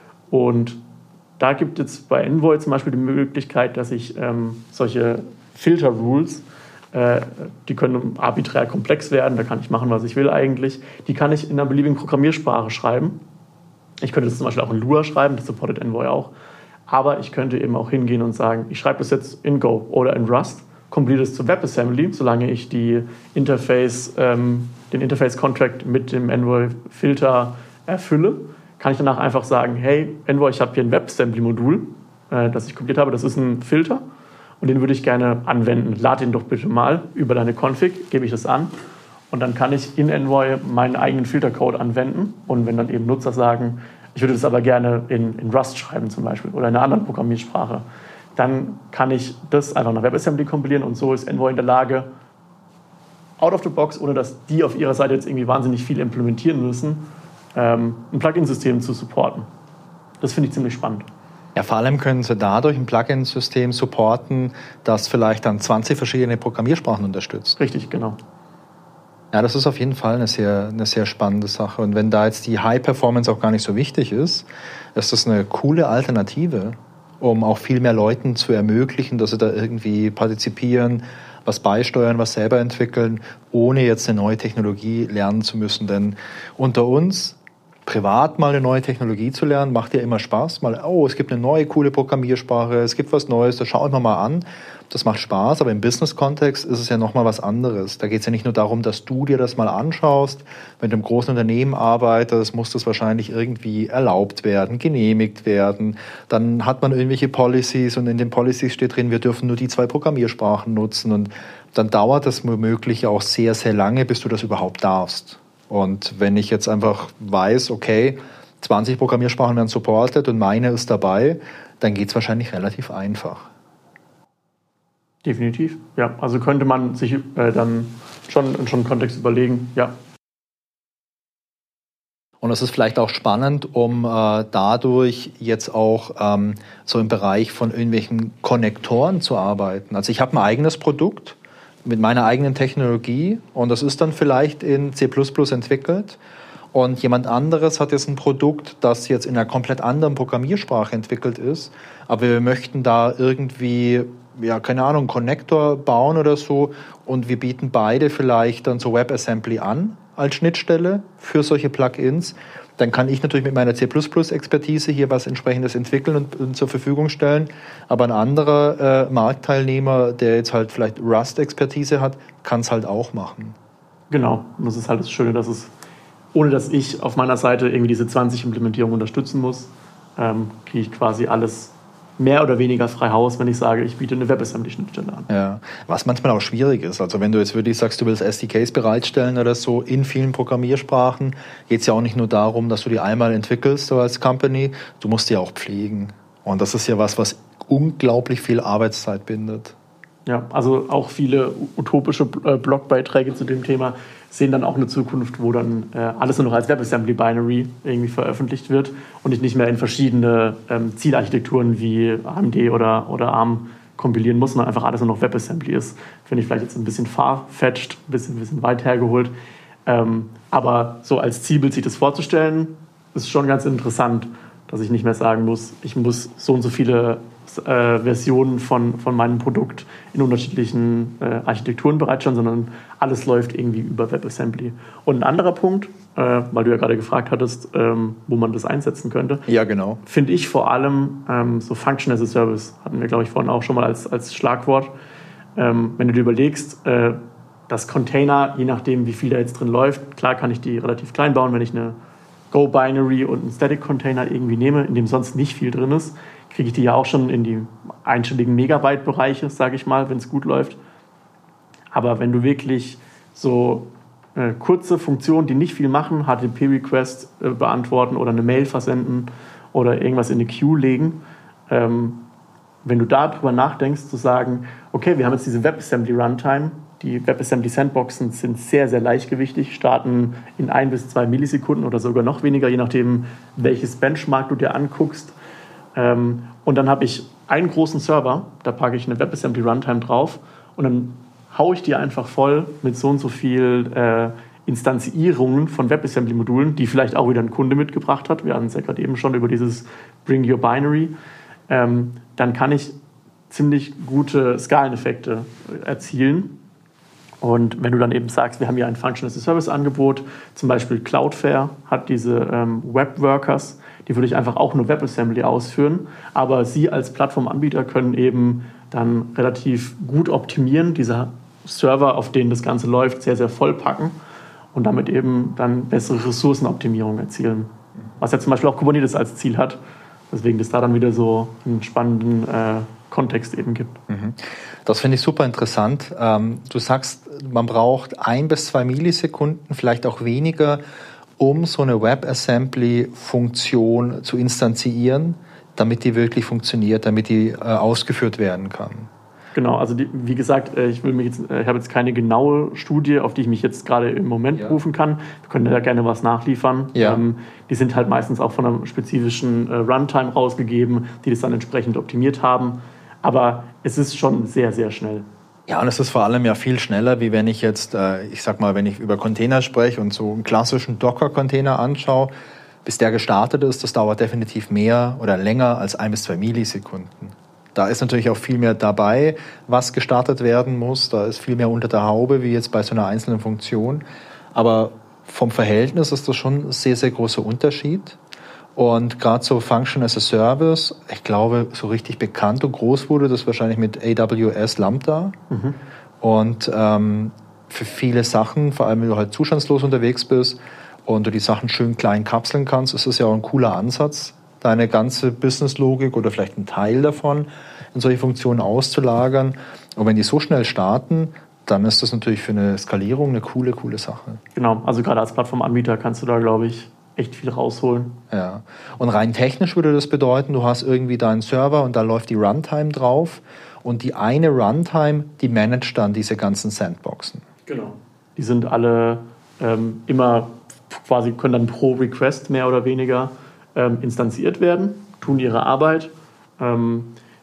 Und da gibt es bei Envoy zum Beispiel die Möglichkeit, dass ich ähm, solche Filter-Rules, äh, die können arbiträr komplex werden, da kann ich machen, was ich will eigentlich, die kann ich in einer beliebigen Programmiersprache schreiben. Ich könnte das zum Beispiel auch in Lua schreiben, das supportet Envoy auch. Aber ich könnte eben auch hingehen und sagen, ich schreibe das jetzt in Go oder in Rust, kompiliere das zu WebAssembly, solange ich die Interface, ähm, den Interface-Contract mit dem Envoy-Filter erfülle, kann ich danach einfach sagen, hey, Envoy, ich habe hier ein WebAssembly-Modul, äh, das ich kompiliert habe, das ist ein Filter und den würde ich gerne anwenden. Lad den doch bitte mal über deine Config, gebe ich das an. Und dann kann ich in Envoy meinen eigenen Filtercode anwenden. Und wenn dann eben Nutzer sagen, ich würde das aber gerne in, in Rust schreiben zum Beispiel oder in einer anderen Programmiersprache, dann kann ich das einfach nach WebAssembly kompilieren und so ist Envoy in der Lage, out of the box, ohne dass die auf ihrer Seite jetzt irgendwie wahnsinnig viel implementieren müssen, ähm, ein Plugin-System zu supporten. Das finde ich ziemlich spannend. Ja, vor allem können Sie dadurch ein Plugin-System supporten, das vielleicht dann zwanzig verschiedene Programmiersprachen unterstützt. Richtig, genau. Ja, das ist auf jeden Fall eine sehr, eine sehr spannende Sache. Und wenn da jetzt die High Performance auch gar nicht so wichtig ist, ist das eine coole Alternative, um auch viel mehr Leuten zu ermöglichen, dass sie da irgendwie partizipieren, was beisteuern, was selber entwickeln, ohne jetzt eine neue Technologie lernen zu müssen. Denn unter uns, privat mal eine neue Technologie zu lernen, macht ja immer Spaß. Mal, oh, es gibt eine neue, coole Programmiersprache, es gibt was Neues, das schauen wir mal an. das macht Spaß, aber im Business-Kontext ist es ja nochmal was anderes. Da geht es ja nicht nur darum, dass du dir das mal anschaust. Wenn du im großen Unternehmen arbeitest, muss das wahrscheinlich irgendwie erlaubt werden, genehmigt werden. Dann hat man irgendwelche Policies und in den Policies steht drin, wir dürfen nur die zwei Programmiersprachen nutzen. Und dann dauert das womöglich auch sehr, sehr lange, bis du das überhaupt darfst. Und wenn ich jetzt einfach weiß, okay, zwanzig Programmiersprachen werden supported und meine ist dabei, dann geht es wahrscheinlich relativ einfach. Definitiv, ja. Also könnte man sich äh, dann schon in schon Kontext überlegen, ja. Und es ist vielleicht auch spannend, um äh, dadurch jetzt auch ähm, so im Bereich von irgendwelchen Konnektoren zu arbeiten. Also ich habe ein eigenes Produkt mit meiner eigenen Technologie und das ist dann vielleicht in C plus plus entwickelt. Und jemand anderes hat jetzt ein Produkt, das jetzt in einer komplett anderen Programmiersprache entwickelt ist. Aber wir möchten da irgendwie, ja, keine Ahnung, einen Connector bauen oder so. Und wir bieten beide vielleicht dann so WebAssembly an als Schnittstelle für solche Plugins. Dann kann ich natürlich mit meiner C plus plus Expertise hier was entsprechendes entwickeln und, und zur Verfügung stellen. Aber ein anderer äh, Marktteilnehmer, der jetzt halt vielleicht Rust-Expertise hat, kann es halt auch machen. Genau. Und das ist halt das Schöne, dass es, ohne dass ich auf meiner Seite irgendwie diese zwanzig Implementierungen unterstützen muss, ähm, kriege ich quasi alles mehr oder weniger frei Haus, wenn ich sage, ich biete eine WebAssembly-Schnittstelle an. Ja, was manchmal auch schwierig ist. Also wenn du jetzt wirklich sagst, du willst S D Ks bereitstellen oder so in vielen Programmiersprachen, geht es ja auch nicht nur darum, dass du die einmal entwickelst so als Company, du musst die auch pflegen. Und das ist ja was, was unglaublich viel Arbeitszeit bindet. Ja, also auch viele utopische Blogbeiträge zu dem Thema sehen dann auch eine Zukunft, wo dann äh, alles nur noch als WebAssembly-Binary irgendwie veröffentlicht wird und ich nicht mehr in verschiedene ähm, Zielarchitekturen wie A M D oder, oder ARM kompilieren muss, sondern einfach alles nur noch WebAssembly ist. Finde ich vielleicht jetzt ein bisschen far-fetched, ein bisschen, ein bisschen weit hergeholt. Ähm, aber so als Zielbild sich das vorzustellen, ist schon ganz interessant, dass ich nicht mehr sagen muss, ich muss so und so viele Äh, Versionen von, von meinem Produkt in unterschiedlichen äh, Architekturen bereitstellen, sondern alles läuft irgendwie über WebAssembly. Und ein anderer Punkt, äh, weil du ja gerade gefragt hattest, ähm, wo man das einsetzen könnte. Ja, genau. Finde ich vor allem ähm, so Function as a Service, hatten wir, glaube ich, vorhin auch schon mal als, als Schlagwort. Ähm, wenn du dir überlegst, äh, dass Container, je nachdem, wie viel da jetzt drin läuft, klar kann ich die relativ klein bauen, wenn ich eine Go-Binary und einen Static-Container irgendwie nehme, in dem sonst nicht viel drin ist, kriege ich die ja auch schon in die einstelligen Megabyte-Bereiche, sage ich mal, wenn es gut läuft. Aber wenn du wirklich so äh, kurze Funktionen, die nicht viel machen, H T T P-Request äh, beantworten oder eine Mail versenden oder irgendwas in eine Queue legen, ähm, wenn du darüber nachdenkst, zu sagen, okay, wir haben jetzt diese WebAssembly-Runtime, die WebAssembly-Sandboxen sind sehr, sehr leichtgewichtig, starten in ein bis zwei Millisekunden oder sogar noch weniger, je nachdem, welches Benchmark du dir anguckst. Ähm, und dann habe ich einen großen Server, da packe ich eine WebAssembly-Runtime drauf und dann haue ich die einfach voll mit so und so viel äh, Instanzierungen von WebAssembly-Modulen, die vielleicht auch wieder ein Kunde mitgebracht hat. Wir hatten es ja gerade eben schon über dieses Bring Your Binary. Ähm, dann kann ich ziemlich gute Skaleneffekte erzielen. Und wenn du dann eben sagst, wir haben hier ein Function-as-a-Service-Angebot, zum Beispiel Cloudflare hat diese ähm, Webworkers, die würde ich einfach auch nur WebAssembly ausführen, aber sie als Plattformanbieter können eben dann relativ gut optimieren, diese Server, auf denen das Ganze läuft, sehr, sehr voll packen und damit eben dann bessere Ressourcenoptimierung erzielen. Was ja zum Beispiel auch Kubernetes als Ziel hat, weswegen das da dann wieder so einen spannenden äh, Kontext eben gibt. Das finde ich super interessant. Ähm, du sagst, man braucht ein bis zwei Millisekunden, vielleicht auch weniger, um so eine WebAssembly-Funktion zu instanzieren, damit die wirklich funktioniert, damit die äh, ausgeführt werden kann. Genau, also die, wie gesagt, ich, will mich jetzt, ich habe jetzt keine genaue Studie, auf die ich mich jetzt gerade im Moment ja. berufen kann. Wir können da gerne was nachliefern. Ja. Ähm, die sind halt meistens auch von einer spezifischen äh, Runtime rausgegeben, die das dann entsprechend optimiert haben. Aber es ist schon sehr, sehr schnell. Ja, und es ist vor allem ja viel schneller, wie wenn ich jetzt, äh, ich sag mal, wenn ich über Container spreche und so einen klassischen Docker-Container anschaue, bis der gestartet ist, das dauert definitiv mehr oder länger als ein bis zwei Millisekunden. Da ist natürlich auch viel mehr dabei, was gestartet werden muss. Da ist viel mehr unter der Haube, wie jetzt bei so einer einzelnen Funktion. Aber vom Verhältnis ist das schon ein sehr, sehr großer Unterschied. Und gerade so Function as a Service, ich glaube, so richtig bekannt und groß wurde das wahrscheinlich mit A W S Lambda. Mhm. Und ähm, für viele Sachen, vor allem wenn du halt zustandslos unterwegs bist und du die Sachen schön klein kapseln kannst, ist das ja auch ein cooler Ansatz, deine ganze Business-Logik oder vielleicht einen Teil davon in solche Funktionen auszulagern. Und wenn die so schnell starten, dann ist das natürlich für eine Skalierung eine coole, coole Sache. Genau, also gerade als Plattformanbieter kannst du da, glaube ich, echt viel rausholen. Ja. Und rein technisch würde das bedeuten, du hast irgendwie deinen Server und da läuft die Runtime drauf und die eine Runtime, die managt dann diese ganzen Sandboxen. Genau. Die sind alle ähm, immer quasi, können dann pro Request mehr oder weniger ähm, instanziert werden, tun ihre Arbeit, ähm,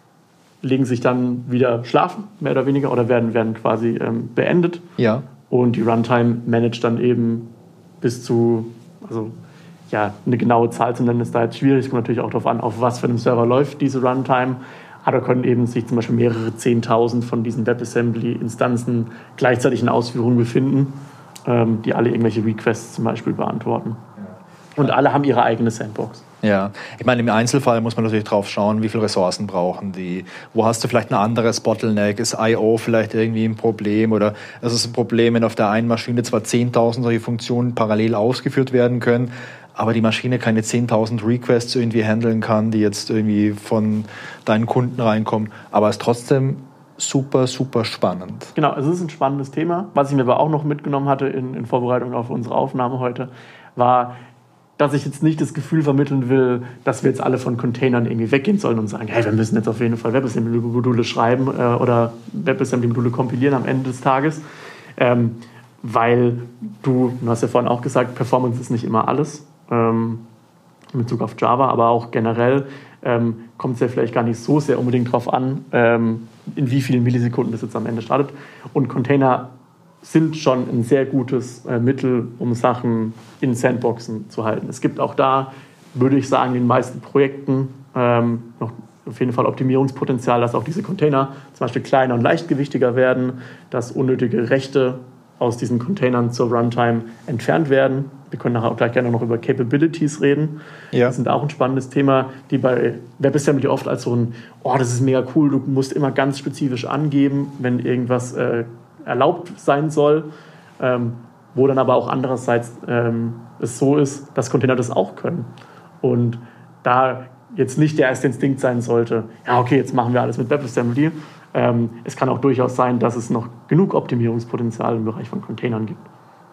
legen sich dann wieder schlafen, mehr oder weniger, oder werden, werden quasi ähm, beendet. Ja. Und die Runtime managt dann eben bis zu, also ja, eine genaue Zahl zu nennen ist da jetzt schwierig. Es kommt natürlich auch darauf an, auf was für einem Server läuft diese Runtime. Aber da können eben sich zum Beispiel mehrere Zehntausend von diesen WebAssembly-Instanzen gleichzeitig in Ausführung befinden, ähm, die alle irgendwelche Requests zum Beispiel beantworten. Und alle haben ihre eigene Sandbox. Ja, ich meine, im Einzelfall muss man natürlich drauf schauen, wie viele Ressourcen brauchen die. Wo hast du vielleicht ein anderes Bottleneck? Ist I O vielleicht irgendwie ein Problem? Oder ist es ein Problem, wenn auf der einen Maschine zwar zehntausend solche Funktionen parallel ausgeführt werden können, aber die Maschine keine zehntausend Requests irgendwie handeln kann, die jetzt irgendwie von deinen Kunden reinkommen. Aber es ist trotzdem super, super spannend. Genau, also es ist ein spannendes Thema. Was ich mir aber auch noch mitgenommen hatte in, in Vorbereitung auf unsere Aufnahme heute, war, dass ich jetzt nicht das Gefühl vermitteln will, dass wir jetzt alle von Containern irgendwie weggehen sollen und sagen, hey, wir müssen jetzt auf jeden Fall WebAssembly-Module schreiben äh, oder WebAssembly-Module kompilieren am Ende des Tages. Ähm, weil du, du hast ja vorhin auch gesagt, Performance ist nicht immer alles. Ähm, in Bezug auf Java, aber auch generell ähm, kommt es ja vielleicht gar nicht so sehr unbedingt darauf an, ähm, in wie vielen Millisekunden das jetzt am Ende startet. Und Container sind schon ein sehr gutes äh, Mittel, um Sachen in Sandboxen zu halten. Es gibt auch da, würde ich sagen, in den meisten Projekten ähm, noch auf jeden Fall Optimierungspotenzial, dass auch diese Container zum Beispiel kleiner und leichtgewichtiger werden, dass unnötige Rechte aus diesen Containern zur Runtime entfernt werden. Wir können nachher auch gleich gerne noch über Capabilities reden. Ja. Das sind auch ein spannendes Thema, die bei WebAssembly oft als so ein, oh, das ist mega cool, du musst immer ganz spezifisch angeben, wenn irgendwas äh, erlaubt sein soll, ähm, wo dann aber auch andererseits ähm, es so ist, dass Container das auch können. Und da jetzt nicht der erste Instinkt sein sollte, ja okay, jetzt machen wir alles mit WebAssembly. Ähm, es kann auch durchaus sein, dass es noch genug Optimierungspotenzial im Bereich von Containern gibt.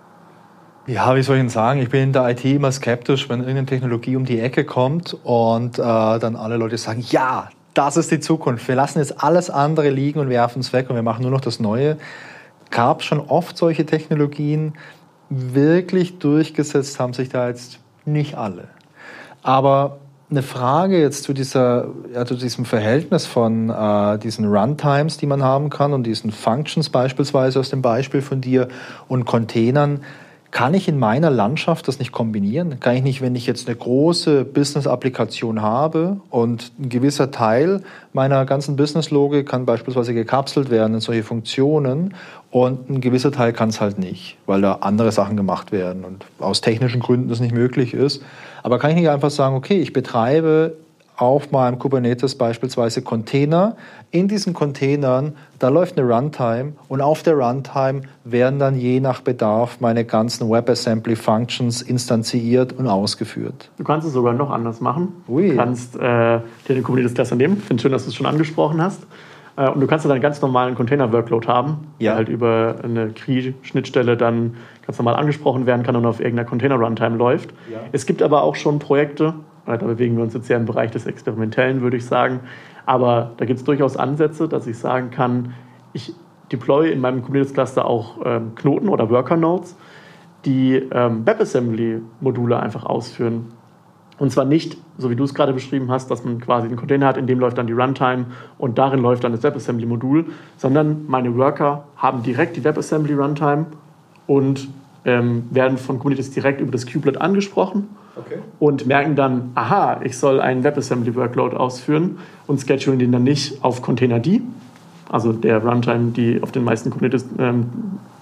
Ja, wie soll ich denn sagen? Ich bin in der I T immer skeptisch, wenn irgendeine Technologie um die Ecke kommt und äh, dann alle Leute sagen, ja, das ist die Zukunft. Wir lassen jetzt alles andere liegen und werfen es weg und wir machen nur noch das Neue. Gab es schon oft solche Technologien. Wirklich durchgesetzt haben sich da jetzt nicht alle. Aber eine Frage jetzt zu, dieser, ja, zu diesem Verhältnis von äh, diesen Runtimes, die man haben kann und diesen Functions beispielsweise aus dem Beispiel von dir und Containern. Kann ich in meiner Landschaft das nicht kombinieren? Kann ich nicht, wenn ich jetzt eine große Business-Applikation habe und ein gewisser Teil meiner ganzen Business-Logik kann beispielsweise gekapselt werden in solche Funktionen und ein gewisser Teil kann es halt nicht, weil da andere Sachen gemacht werden und aus technischen Gründen das nicht möglich ist. Aber kann ich nicht einfach sagen, okay, ich betreibe auf meinem Kubernetes beispielsweise Container. In diesen Containern, da läuft eine Runtime und auf der Runtime werden dann je nach Bedarf meine ganzen WebAssembly-Functions instanziert und ausgeführt. Du kannst es sogar noch anders machen. Ui. Du kannst äh, dir eine Kubernetes-Cluster nehmen. Ich finde schön, dass du es schon angesprochen hast. Äh, und du kannst dann einen ganz normalen Container-Workload haben, ja. der halt über eine C R I-Schnittstelle dann ganz normal angesprochen werden kann und auf irgendeiner Container-Runtime läuft. Ja. Es gibt aber auch schon Projekte, da bewegen wir uns jetzt sehr im Bereich des Experimentellen, würde ich sagen. Aber da gibt es durchaus Ansätze, dass ich sagen kann, ich deploye in meinem Kubernetes-Cluster auch ähm, Knoten oder Worker-Nodes, die ähm, WebAssembly-Module einfach ausführen. Und zwar nicht, so wie du es gerade beschrieben hast, dass man quasi einen Container hat, in dem läuft dann die Runtime und darin läuft dann das WebAssembly-Modul, sondern meine Worker haben direkt die WebAssembly-Runtime und ähm, werden von Kubernetes direkt über das Kubelet angesprochen. Okay. Und merken dann, aha, ich soll einen WebAssembly-Workload ausführen und schedulen den dann nicht auf Containerd, also der Runtime, die auf den meisten Kubernetes ähm,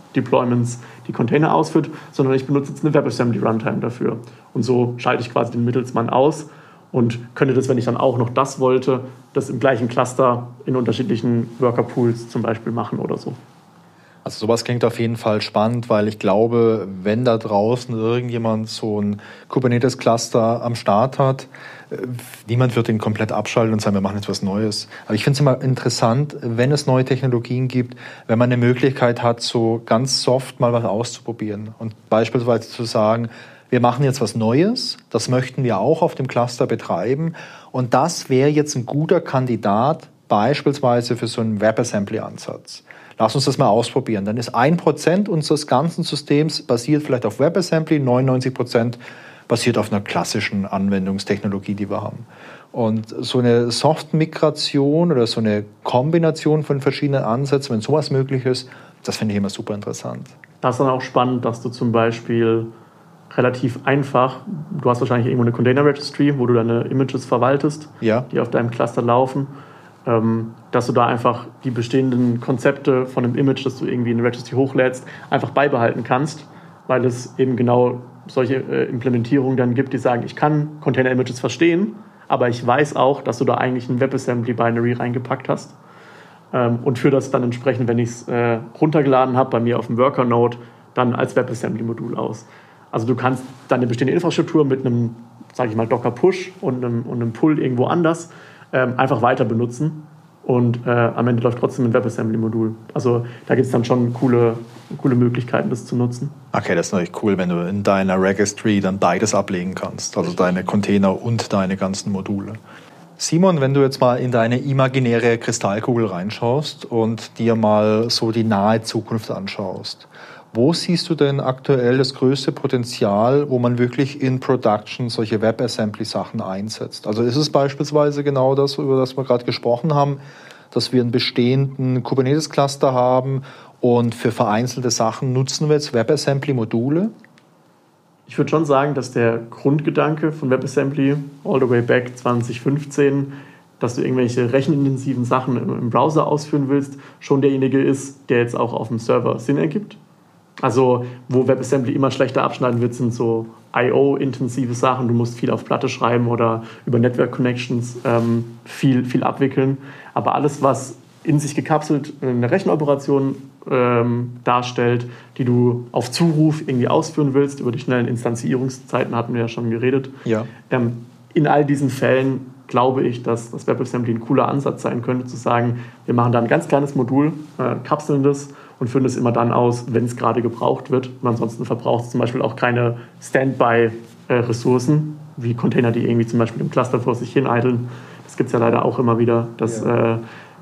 Deployments die Container ausführt, sondern ich benutze jetzt eine WebAssembly-Runtime dafür. Und so schalte ich quasi den Mittelsmann aus und könnte das, wenn ich dann auch noch das wollte, das im gleichen Cluster in unterschiedlichen Worker-Pools zum Beispiel machen oder so. Also sowas klingt auf jeden Fall spannend, weil ich glaube, wenn da draußen irgendjemand so ein Kubernetes-Cluster am Start hat, niemand wird ihn komplett abschalten und sagen, wir machen jetzt was Neues. Aber ich finde es immer interessant, wenn es neue Technologien gibt, wenn man eine Möglichkeit hat, so ganz soft mal was auszuprobieren und beispielsweise zu sagen, wir machen jetzt was Neues, das möchten wir auch auf dem Cluster betreiben und das wäre jetzt ein guter Kandidat beispielsweise für so einen WebAssembly-Ansatz. Lass uns das mal ausprobieren. Dann ist ein Prozent unseres ganzen Systems basiert vielleicht auf WebAssembly, neunundneunzig Prozent basiert auf einer klassischen Anwendungstechnologie, die wir haben. Und so eine Soft-Migration oder so eine Kombination von verschiedenen Ansätzen, wenn sowas möglich ist, das finde ich immer super interessant. Das ist dann auch spannend, dass du zum Beispiel relativ einfach, du hast wahrscheinlich irgendwo eine Container Registry, wo du deine Images verwaltest, ja. die auf deinem Cluster laufen. Dass du da einfach die bestehenden Konzepte von einem Image, das du irgendwie in eine Registry hochlädst, einfach beibehalten kannst, weil es eben genau solche äh, Implementierungen dann gibt, die sagen, ich kann Container-Images verstehen, aber ich weiß auch, dass du da eigentlich ein WebAssembly-Binary reingepackt hast ähm, und führe das dann entsprechend, wenn ich es äh, runtergeladen habe, bei mir auf dem Worker-Node, dann als WebAssembly-Modul aus. Also du kannst deine bestehende Infrastruktur mit einem, sage ich mal, Docker-Push und einem, und einem Pull irgendwo anders Ähm, einfach weiter benutzen und äh, am Ende läuft trotzdem ein WebAssembly-Modul. Also da gibt es dann schon coole, coole Möglichkeiten, das zu nutzen. Okay, das ist natürlich cool, wenn du in deiner Registry dann beides ablegen kannst, also deine Container und deine ganzen Module. Simon, wenn du jetzt mal in deine imaginäre Kristallkugel reinschaust und dir mal so die nahe Zukunft anschaust, wo siehst du denn aktuell das größte Potenzial, wo man wirklich in Production solche WebAssembly-Sachen einsetzt? Also ist es beispielsweise genau das, über das wir gerade gesprochen haben, dass wir einen bestehenden Kubernetes-Cluster haben und für vereinzelte Sachen nutzen wir jetzt WebAssembly-Module? Ich würde schon sagen, dass der Grundgedanke von WebAssembly all the way back zwanzig fünfzehn, dass du irgendwelche rechenintensiven Sachen im Browser ausführen willst, schon derjenige ist, der jetzt auch auf dem Server Sinn ergibt. Also wo WebAssembly immer schlechter abschneiden wird, sind so I O-intensive Sachen. Du musst viel auf Platte schreiben oder über Network-Connections ähm, viel, viel abwickeln. Aber alles, was in sich gekapselt eine Rechenoperation ähm, darstellt, die du auf Zuruf irgendwie ausführen willst, über die schnellen Instanzierungszeiten hatten wir ja schon geredet. Ja. Ähm, in all diesen Fällen glaube ich, dass das WebAssembly ein cooler Ansatz sein könnte, zu sagen, wir machen da ein ganz kleines Modul, äh, kapseln das und führen das immer dann aus, wenn es gerade gebraucht wird. Und ansonsten verbraucht es zum Beispiel auch keine Standby-Ressourcen, wie Container, die irgendwie zum Beispiel im Cluster vor sich hin idlen. Das gibt es ja leider auch immer wieder, dass ja. äh,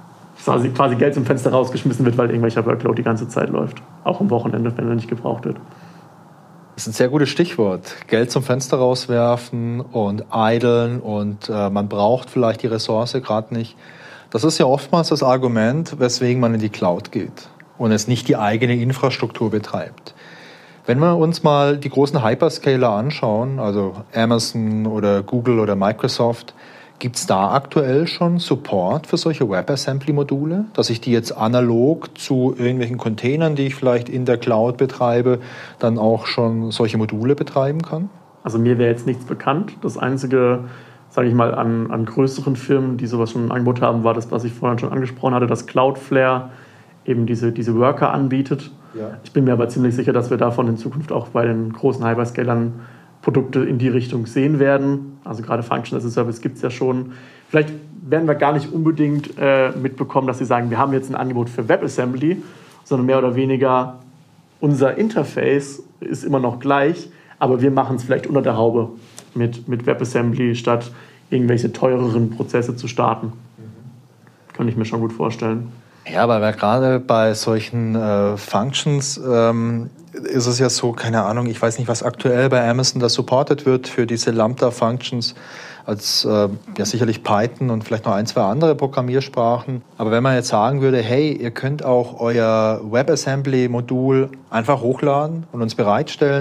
quasi Geld zum Fenster rausgeschmissen wird, weil irgendwelcher Workload die ganze Zeit läuft. Auch am Wochenende, wenn er nicht gebraucht wird. Das ist ein sehr gutes Stichwort. Geld zum Fenster rauswerfen und idlen und äh, man braucht vielleicht die Ressource gerade nicht. Das ist ja oftmals das Argument, weswegen man in die Cloud geht und es nicht die eigene Infrastruktur betreibt. Wenn wir uns mal die großen Hyperscaler anschauen, also Amazon oder Google oder Microsoft, gibt es da aktuell schon Support für solche WebAssembly-Module, dass ich die jetzt analog zu irgendwelchen Containern, die ich vielleicht in der Cloud betreibe, dann auch schon solche Module betreiben kann? Also mir wäre jetzt nichts bekannt. Das einzige, sage ich mal, an, an größeren Firmen, die sowas schon im Angebot haben, war das, was ich vorhin schon angesprochen hatte, dass Cloudflare eben diese, diese Worker anbietet. Ja. Ich bin mir aber ziemlich sicher, dass wir davon in Zukunft auch bei den großen Hyperscalern Produkte in die Richtung sehen werden. Also gerade Function as a Service gibt es ja schon. Vielleicht werden wir gar nicht unbedingt äh, mitbekommen, dass sie sagen, wir haben jetzt ein Angebot für WebAssembly, sondern mehr oder weniger unser Interface ist immer noch gleich, aber wir machen es vielleicht unter der Haube mit, mit WebAssembly, statt irgendwelche teureren Prozesse zu starten. Mhm. Kann ich mir schon gut vorstellen. Ja, aber gerade bei solchen äh, Functions ähm, ist es ja so, keine Ahnung, ich weiß nicht, was aktuell bei Amazon da supported wird für diese Lambda-Functions, als äh, ja sicherlich Python und vielleicht noch ein, zwei andere Programmiersprachen. Aber wenn man jetzt sagen würde, hey, ihr könnt auch euer WebAssembly-Modul einfach hochladen und uns bereitstellen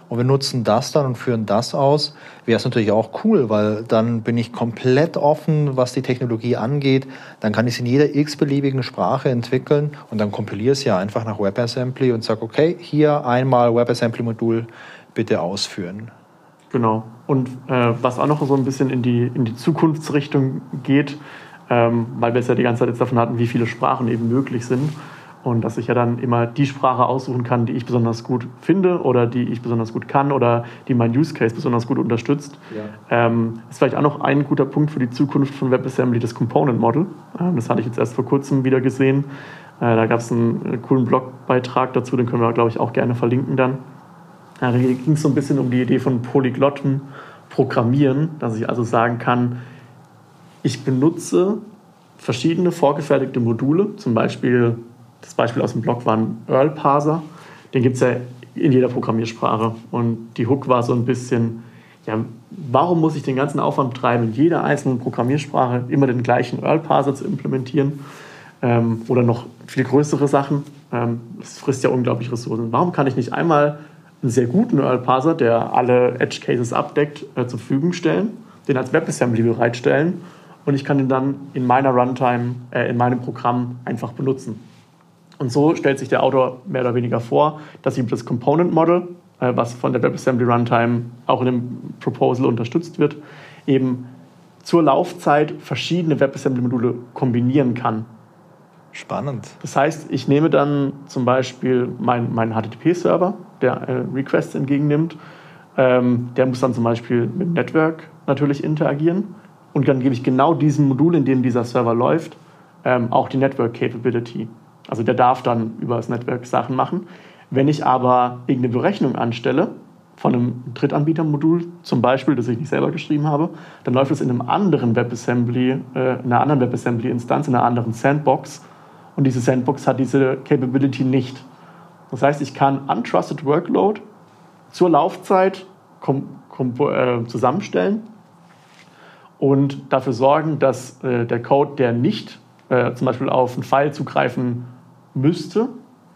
und wir nutzen das dann und führen das aus, wäre es natürlich auch cool, weil dann bin ich komplett offen, was die Technologie angeht. Dann kann ich es in jeder x-beliebigen Sprache entwickeln und dann kompiliere es ja einfach nach WebAssembly und sage, okay, hier einmal WebAssembly-Modul bitte ausführen. Genau. Und äh, was auch noch so ein bisschen in die, in die Zukunftsrichtung geht, ähm, weil wir es ja die ganze Zeit jetzt davon hatten, wie viele Sprachen eben möglich sind. Und dass ich ja dann immer die Sprache aussuchen kann, die ich besonders gut finde oder die ich besonders gut kann oder die mein Use Case besonders gut unterstützt. Ja. Ähm, ist vielleicht auch noch ein guter Punkt für die Zukunft von WebAssembly, das Component Model. Ähm, das hatte ich jetzt erst vor kurzem wieder gesehen. Äh, da gab es einen äh, coolen Blogbeitrag dazu, den können wir, glaube ich, auch gerne verlinken dann. Ja, da ging es so ein bisschen um die Idee von polyglotten Programmieren, dass ich also sagen kann, ich benutze verschiedene vorgefertigte Module, zum Beispiel, das Beispiel aus dem Blog war ein Earl-Parser, den gibt es ja in jeder Programmiersprache. Und die Hook war so ein bisschen, ja, warum muss ich den ganzen Aufwand betreiben, in jeder einzelnen Programmiersprache immer den gleichen Earl-Parser zu implementieren? Ähm, oder noch viel größere Sachen. Ähm, das frisst ja unglaublich Ressourcen. Warum kann ich nicht einmal einen sehr guten Earl-Parser, der alle Edge-Cases abdeckt, äh, zur Verfügung stellen, den als WebAssembly bereitstellen und ich kann ihn dann in meiner Runtime, äh, in meinem Programm einfach benutzen. Und so stellt sich der Autor mehr oder weniger vor, dass ihm das Component Model, äh, was von der WebAssembly Runtime auch in dem Proposal unterstützt wird, eben zur Laufzeit verschiedene WebAssembly-Module kombinieren kann. Spannend. Das heißt, ich nehme dann zum Beispiel meinen mein H T T P-Server, der äh, Requests entgegennimmt. Ähm, der muss dann zum Beispiel mit dem Network natürlich interagieren. Und dann gebe ich genau diesem Modul, in dem dieser Server läuft, ähm, auch die Network Capability. Also der darf dann über das Network Sachen machen. Wenn ich aber irgendeine Berechnung anstelle von einem Drittanbietermodul, zum Beispiel, das ich nicht selber geschrieben habe, dann läuft es in einem anderen WebAssembly, äh, in einer anderen WebAssembly-Instanz, in einer anderen Sandbox. Und diese Sandbox hat diese Capability nicht. Das heißt, ich kann Untrusted Workload zur Laufzeit kom- kom- äh, zusammenstellen und dafür sorgen, dass äh, der Code, der nicht äh, zum Beispiel auf einen File zugreifen müsste,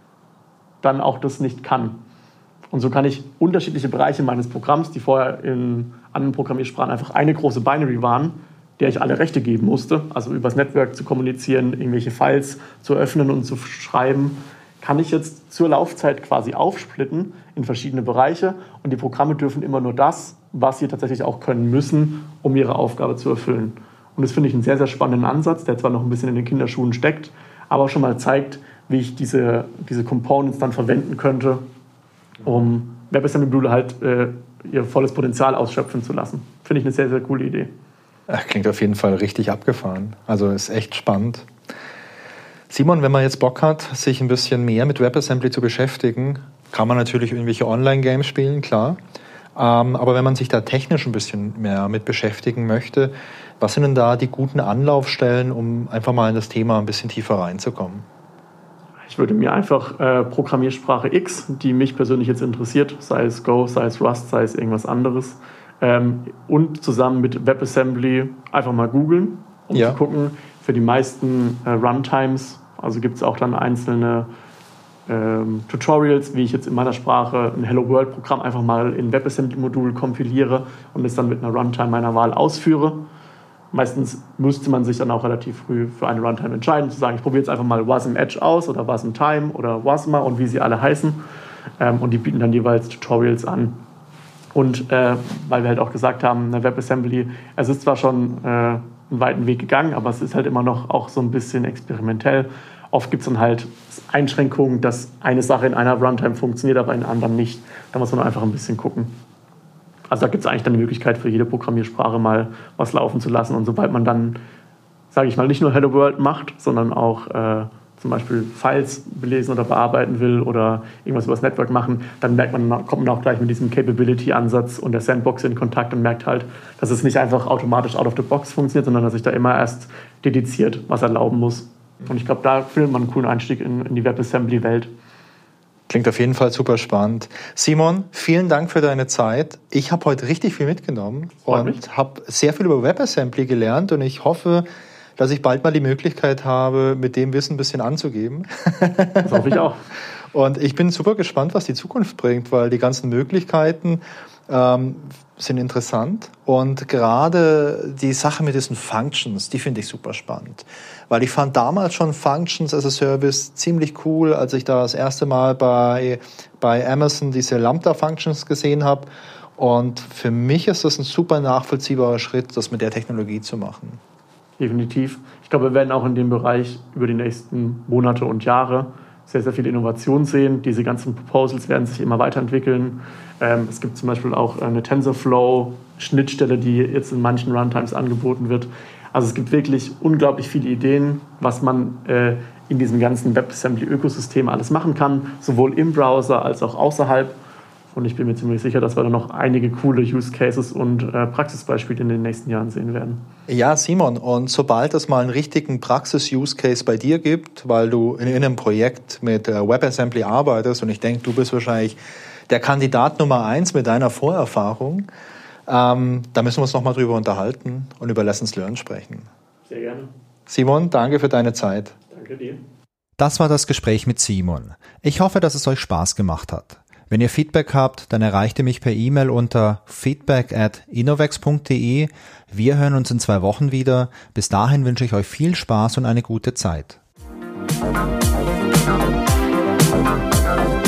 dann auch das nicht kann. Und so kann ich unterschiedliche Bereiche meines Programms, die vorher in anderen Programmiersprachen einfach eine große Binary waren, der ich alle Rechte geben musste, also übers Network zu kommunizieren, irgendwelche Files zu öffnen und zu schreiben, kann ich jetzt zur Laufzeit quasi aufsplitten in verschiedene Bereiche und die Programme dürfen immer nur das, was sie tatsächlich auch können müssen, um ihre Aufgabe zu erfüllen. Und das finde ich einen sehr, sehr spannenden Ansatz, der zwar noch ein bisschen in den Kinderschuhen steckt, aber auch schon mal zeigt, wie ich diese, diese Components dann verwenden könnte, um WebAssembly-Module halt äh, ihr volles Potenzial ausschöpfen zu lassen. Finde ich eine sehr, sehr coole Idee. Klingt auf jeden Fall richtig abgefahren. Also ist echt spannend. Simon, wenn man jetzt Bock hat, sich ein bisschen mehr mit WebAssembly zu beschäftigen, kann man natürlich irgendwelche Online-Games spielen, klar. Ähm, aber wenn man sich da technisch ein bisschen mehr mit beschäftigen möchte, was sind denn da die guten Anlaufstellen, um einfach mal in das Thema ein bisschen tiefer reinzukommen? Ich würde mir einfach äh, Programmiersprache X, die mich persönlich jetzt interessiert, sei es Go, sei es Rust, sei es irgendwas anderes, ähm, und zusammen mit WebAssembly einfach mal googeln, um ja. zu gucken, für die meisten äh, Runtimes, also gibt es auch dann einzelne ähm, Tutorials, wie ich jetzt in meiner Sprache ein Hello World-Programm einfach mal in WebAssembly-Modul kompiliere und es dann mit einer Runtime meiner Wahl ausführe. Meistens müsste man sich dann auch relativ früh für eine Runtime entscheiden, zu sagen, ich probiere jetzt einfach mal Wasm Edge aus oder Wasm Time oder Wasma und wie sie alle heißen. Ähm, und die bieten dann jeweils Tutorials an. Und äh, weil wir halt auch gesagt haben, eine WebAssembly, es ist zwar schon äh, einen weiten Weg gegangen, aber es ist halt immer noch auch so ein bisschen experimentell. Oft gibt es dann halt Einschränkungen, dass eine Sache in einer Runtime funktioniert, aber in anderen nicht. Da muss man einfach ein bisschen gucken. Also da gibt es eigentlich dann die Möglichkeit für jede Programmiersprache mal was laufen zu lassen. Und sobald man dann, sage ich mal, nicht nur Hello World macht, sondern auch äh, zum Beispiel Files belesen oder bearbeiten will oder irgendwas über das Network machen, dann merkt man, kommt man auch gleich mit diesem Capability-Ansatz und der Sandbox in Kontakt und merkt halt, dass es nicht einfach automatisch out of the box funktioniert, sondern dass sich da immer erst dediziert was erlauben muss. Und ich glaube, da findet man einen coolen Einstieg in, in die WebAssembly-Welt. Klingt auf jeden Fall super spannend. Simon, vielen Dank für deine Zeit. Ich habe heute richtig viel mitgenommen und habe sehr viel über WebAssembly gelernt und ich hoffe, dass ich bald mal die Möglichkeit habe, mit dem Wissen ein bisschen anzugeben. Das hoffe ich auch. Und ich bin super gespannt, was die Zukunft bringt, weil die ganzen Möglichkeiten ähm, sind interessant. Und gerade die Sache mit diesen Functions, die finde ich super spannend. Weil ich fand damals schon Functions as a Service ziemlich cool, als ich da das erste Mal bei, bei Amazon diese Lambda-Functions gesehen habe. Und für mich ist das ein super nachvollziehbarer Schritt, das mit der Technologie zu machen. Definitiv. Ich glaube, wir werden auch in dem Bereich über die nächsten Monate und Jahre sehr, sehr viel Innovation sehen. Diese ganzen Proposals werden sich immer weiterentwickeln. Ähm, es gibt zum Beispiel auch eine TensorFlow-Schnittstelle, die jetzt in manchen Runtimes angeboten wird. Also es gibt wirklich unglaublich viele Ideen, was man äh, in diesem ganzen WebAssembly-Ökosystem alles machen kann, sowohl im Browser als auch außerhalb. Und ich bin mir ziemlich sicher, dass wir da noch einige coole Use Cases und äh, Praxisbeispiele in den nächsten Jahren sehen werden. Ja, Simon, und sobald es mal einen richtigen Praxis-Use Case bei dir gibt, weil du in einem Projekt mit äh, WebAssembly arbeitest, und ich denke, du bist wahrscheinlich der Kandidat Nummer eins mit deiner Vorerfahrung, ähm, da müssen wir uns nochmal drüber unterhalten und über Lessons Learned sprechen. Sehr gerne. Simon, danke für deine Zeit. Danke dir. Das war das Gespräch mit Simon. Ich hoffe, dass es euch Spaß gemacht hat. Wenn ihr Feedback habt, dann erreicht ihr mich per E-Mail unter feedback at innovex punkt de. Wir hören uns in zwei Wochen wieder. Bis dahin wünsche ich euch viel Spaß und eine gute Zeit.